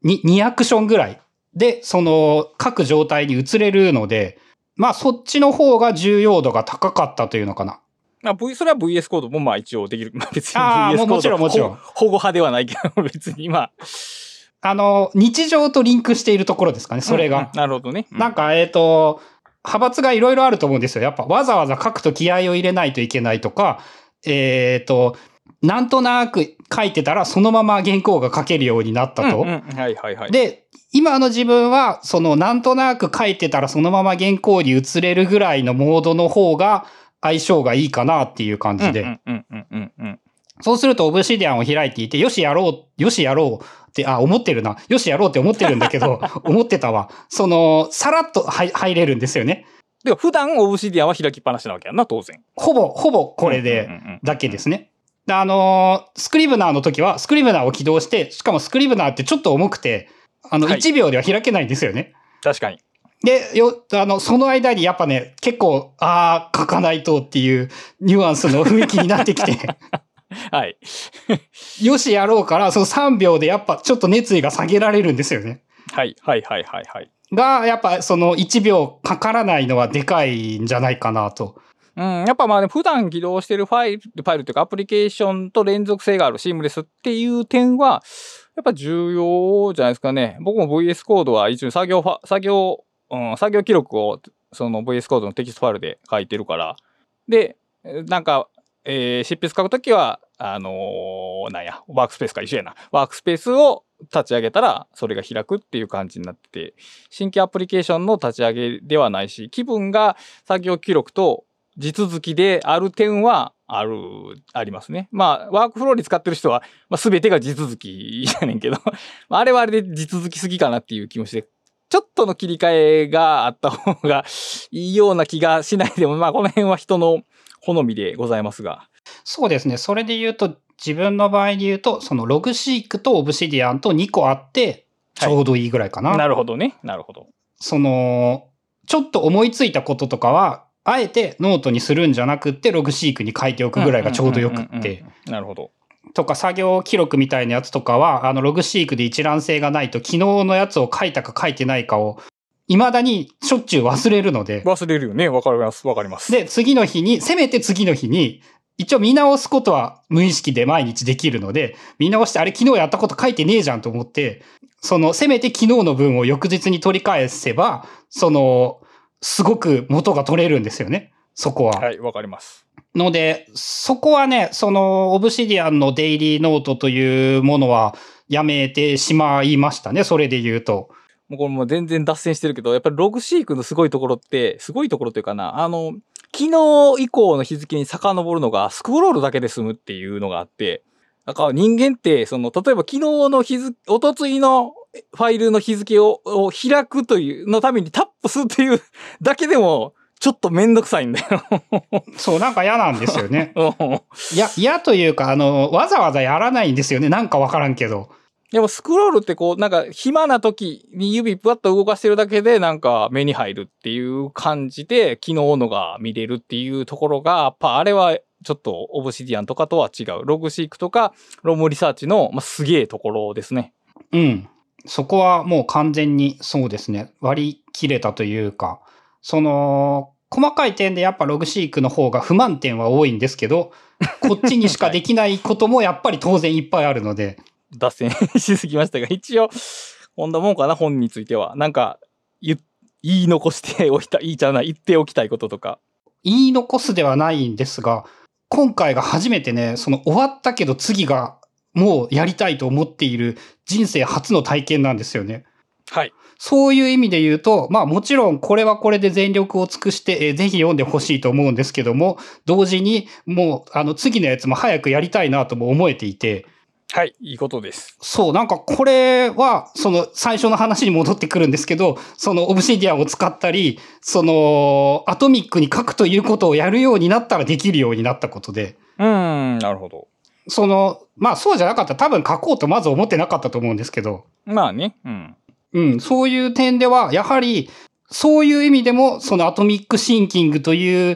に、にアクションぐらいで、その各状態に移れるので、まあそっちの方が重要度が高かったというのかな。 まあ、v、それは ブイエス コードもまあ一応できる。まあ別にああ、 ブイエス コードもちろんもちろん。 保護派ではないけど、別にまあ。 あの、日常とリンクしているところですかね、それが。 うんうん、なるほどね。 うん、なんか、えっと、派閥がいろいろあると思うんですよ。やっぱわざわざ書くと気合を入れないといけないとか、えっと、なんとなく書いてたらそのまま原稿が書けるようになったと。 うんうん、はいはいはい。 で、今の自分は、そのなんとなく書いてたらそのまま原稿に移れるぐらいのモードの方が相性がいいかなっていう感じで。 うんうんうんうんうん。 そうするとオブシディアンを開いていて、よしやろう、よしやろうって、あ、思ってるな。よしやろうって思ってるんだけど、思ってたわ。その、さらっと入入れるんですよね。 でも普段オブシディアンは開きっぱなしなわけやんな、当然。 ほぼ、ほぼこれで、だけですね。で、あのー、スクリブナーの時は、スクリブナーを起動して、しかもスクリブナーってちょっと重くて、あの、いちびょうでは開けないんですよね。 確かに。 で、よ、あの、その間にやっぱね、結構、ああ、書かないとっていうニュアンスの雰囲気になってきて。 はい。 よしやろうから、そのさんびょうでやっぱちょっと熱意が下げられるんですよね。 はい、はい、はい、はい、はい。 が、やっぱそのいちびょうかからないのはでかいんじゃないかなと。 うん、やっぱまあ、ね、普段起動してるファイル、ファイルというかアプリケーションと連続性があるシームレスっていう点は、やっぱ重要じゃないですかね。僕も ブイエス コードは一応作業ファ、作業、うん、作業記録をその ブイエス コードのテキストファイルで書いてるから。で、なんか、えー、執筆書くときは、あのー、なんや、ワークスペースか一緒やな。ワークスペースを立ち上げたら、それが開くっていう感じになってて、新規アプリケーションの立ち上げではないし、気分が作業記録と地続きである点はある、ありますね。まあ、ワークフローに使ってる人は、まあ、全てが地続きやねんけど、あれはあれで地続きすぎかなっていう気もして、ちょっとの切り替えがあった方がいいような気がしないでも、まあ、この辺は人の好みでございますが。 そうですね。それで言うと、自分の場合で言うと、そのログシークとオブシディアンとにこあって、ちょうどいいぐらいかな。 はい、なるほどね。なるほど。 その、ちょっと思いついたこととかは、あえてノートにするんじゃなくって、ログシークに書いておくぐらいがちょうどよくって。 なるほど。 とか、作業記録みたいなやつとかは、あの、ログシークで一覧性がないと、昨日のやつを書いたか書いてないかを、未だにしょっちゅう忘れるので。 忘れるよね。わかります。わかります。 で、次の日に、せめて次の日に、一応見直すことは無意識で毎日できるので、見直してあれ昨日やったこと書いてねえじゃんと思って、そのせめて昨日の分を翌日に取り返せば、その、すごく元が取れるんですよね。そこは。 はい、わかります。 ので、そこはね、その、オブシディアンのデイリーノートというものはやめてしまいましたね。それで言うと。 もうこれもう全然脱線してるけど、やっぱりログシークのすごいところって、すごいところというかな、あの、昨日以降の日付に遡るのがスクロールだけで済むっていうのがあって、だから人間って、その、例えば昨日の日付、おとついのファイルの日付をを開くというのためにタップするっていうだけでも、ちょっとめんどくさいんだよ。 そう、なんか嫌なんですよね。いや、嫌というか、あの、わざわざやらないんですよね。なんかわからんけど。 でもスクロールってこう、なんか暇な時に指ぷわっと動かしてるだけでなんか目に入るっていう感じで昨日のが見れるっていうところが、やっぱあれはちょっとオブシディアンとかとは違う。ログシークとかロムリサーチの、まあ、すげえところですね。 うん。そこはもう完全にそうですね。割り切れたというか、その、細かい点でやっぱログシークの方が不満点は多いんですけど、こっちにしかできないこともやっぱり当然いっぱいあるので。 脱線しすぎましたが、一応、こんなもんかな、本については。なんか、言、言い残しておきたい、言いちゃうな、言っておきたいこととか。 言い残すではないんですが、今回が初めてね、その終わったけど次がもうやりたいと思っている人生初の体験なんですよね。 はい。 そういう意味で言うと、まあもちろんこれはこれで全力を尽くして、えー、ぜひ読んでほしいと思うんですけども、同時にもうあの次のやつも早くやりたいなとも思えていて、 はい、いいことです。 そう、なんかこれは、その最初の話に戻ってくるんですけど、そのオブシディアンを使ったり、そのアトミックに書くということをやるようになったらできるようになったことで。 うーん、なるほど。 その、まあそうじゃなかったら多分書こうとまず思ってなかったと思うんですけど。 まあね、うん。 うん、そういう点では、やはり、そういう意味でも、そのアトミックシンキングという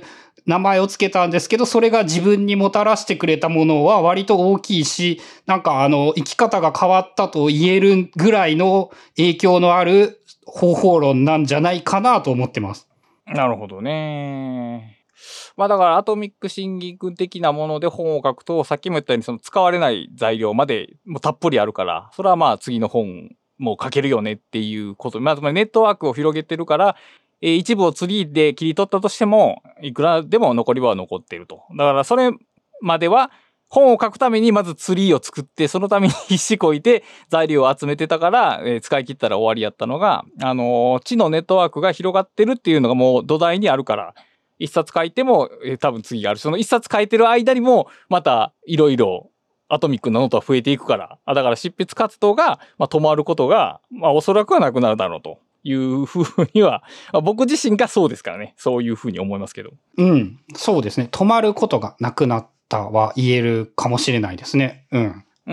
名前をつけたんですけど、それが自分にもたらしてくれたものは割と大きいし、なんかあの、生き方が変わったと言えるぐらいの影響のある方法論なんじゃないかなと思ってます。 なるほどね。まあだからアトミックシンキング的なもので本を書くと、さっきも言ったようにその使われない材料までもうたっぷりあるから、それはまあ次の本も書けるよねっていうこと。まあつまりネットワークを広げてるから、えー、一部をツリーで切り取ったとしても、いくらでも残りは残っていると。だからそれまでは本を書くためにまずツリーを作って、そのために必死こいて材料を集めてたから、えー、使い切ったら終わりやったのが、あのー、知のネットワークが広がってるっていうのがもう土台にあるから、一冊書いても、えー、多分次がある。その一冊書いてる間にも、またいろいろアトミックなノートは増えていくから。あだから執筆活動が、まあ、止まることが、まあおそらくはなくなるだろうというふうには、まあ、僕自身がそうですからね。そういうふうに思いますけど。 うん。そうですね。止まることがなくなったは言えるかもしれないですね。うん。 うん。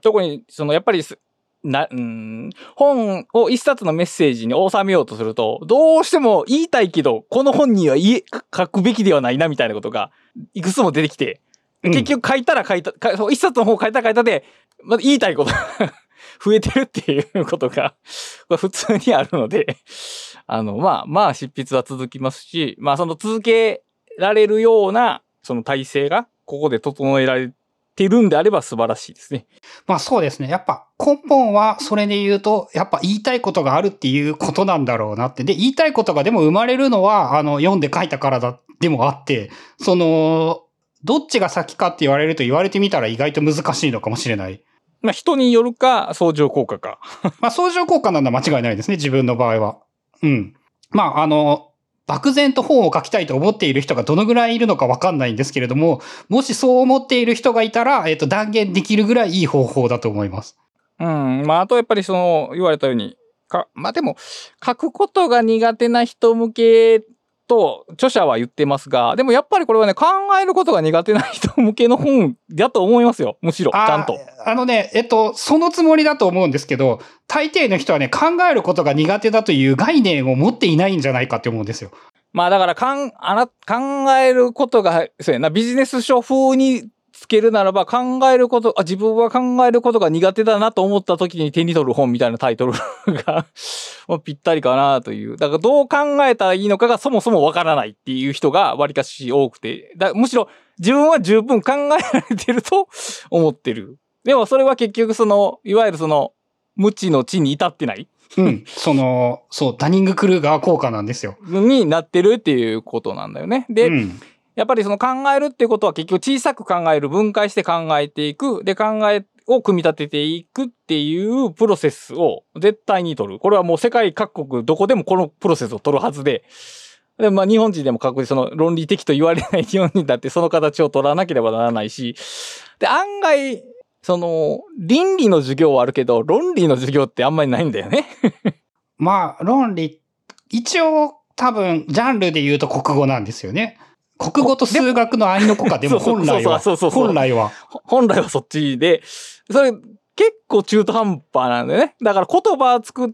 特に、そのやっぱり、な、うん、本を一冊のメッセージに収めようとすると、どうしても言いたいけど、この本には言え、書くべきではないなみたいなことが、いくつも出てきて、結局書いたら書いた、うん、一冊の本を書いたら書いたで、まあ、言いたいことが増えてるっていうことが、普通にあるので、あの、まあ、まあ、執筆は続きますし、まあ、その続けられるような、その体制が、ここで整えられて、てるんであれば素晴らしいですね。 まあそうですね。やっぱ根本はそれで言うと、やっぱ言いたいことがあるっていうことなんだろうなって。で、言いたいことがでも生まれるのは、あの、読んで書いたからだ、でもあって、その、どっちが先かって言われると言われてみたら意外と難しいのかもしれない。 まあ人によるか、相乗効果か。 まあ相乗効果なのは間違いないですね。自分の場合は。うん。まああの、漠然と本を書きたいと思っている人がどのぐらいいるのかわかんないんですけれども、もしそう思っている人がいたら、えっと、断言できるぐらいいい方法だと思います。 うん。まあ、あとやっぱりその、言われたように、か、まあでも、書くことが苦手な人向けと、著者は言ってますが、でもやっぱりこれはね、考えることが苦手な人向けの本だと思いますよ。むしろ、ちゃんと。 あのね、えっと、そのつもりだと思うんですけど、大抵の人はね、考えることが苦手だという概念を持っていないんじゃないかって思うんですよ。 まあだから、かん、あな、考えることが、そうやな、ビジネス書風につけるならば、考えること、あ、自分は考えることが苦手だなと思った時に手に取る本みたいなタイトルがぴったりかなという。だからどう考えたらいいのかがそもそもわからないっていう人が割かし多くて、だむしろ自分は十分考えられてると思ってる。でもそれは結局その、いわゆるその、無知の知に至ってない。 うん。その、そう、ダニングクルーガー効果なんですよ。 になってるっていうことなんだよね。で、うん、やっぱりその考えるってことは結局小さく考える、分解して考えていく、で考えを組み立てていくっていうプロセスを絶対に取る。これはもう世界各国どこでもこのプロセスを取るはずで、でまあ日本人でも確実にその論理的と言われない日本人だってその形を取らなければならないし、で案外、その、倫理の授業はあるけど、論理の授業ってあんまりないんだよね。 まあ、論理、一応多分、ジャンルで言うと国語なんですよね。国語と数学の合いの子か、でも本来は。本来は。 本来はそっちで、それ結構中途半端なんだよね。だから言葉を作って、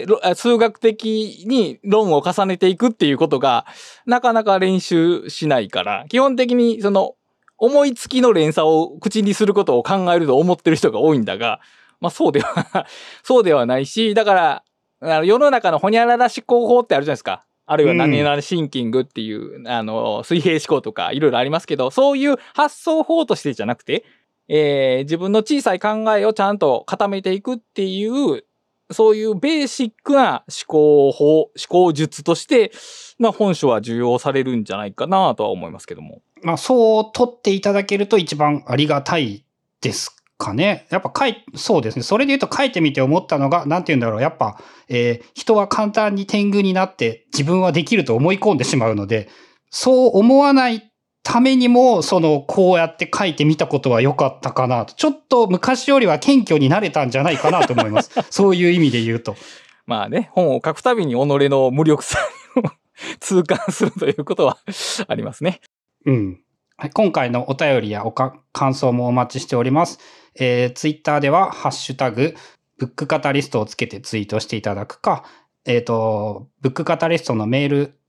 数学的に論を重ねていくっていうことが、なかなか練習しないから、基本的にその、思いつきの連鎖を口にすることを考えると思ってる人が多いんだが、まあそうでは、そうではないし、だから、世の中のホニャララ思考法ってあるじゃないですか。あるいは何々シンキングっていう、うん、あの、水平思考とかいろいろありますけど、そういう発想法としてじゃなくて、えー、自分の小さい考えをちゃんと固めていくっていう、そういうベーシックな思考法、思考術として、まあ本書は重要されるんじゃないかなとは思いますけども。 まあそう取っていただけると一番ありがたいですかね。やっぱ書い、そうですね。それで言うと書いてみて思ったのが、なんて言うんだろう。やっぱ、えー、人は簡単に天狗になって自分はできると思い込んでしまうので、そう思わないためにも、その、こうやって書いてみたことは良かったかなと。ちょっと昔よりは謙虚になれたんじゃないかなと思います。そういう意味で言うと。 まあね、本を書くたびに己の無力さを痛感するということはありますね。 うん。今回のお便りやおか感想もお待ちしております。えー、ツイッターでは、ハッシュタグ、ブックカタリストをつけてツイートしていただくか、えっと、ブックカタリストのメール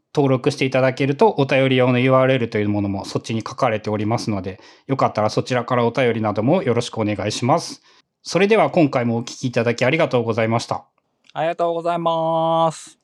登録していただけるとお便り用の ユーアールエル というものもそっちに書かれておりますので、よかったらそちらからお便りなどもよろしくお願いします。それでは今回もお聞きいただきありがとうございました。 ありがとうございます。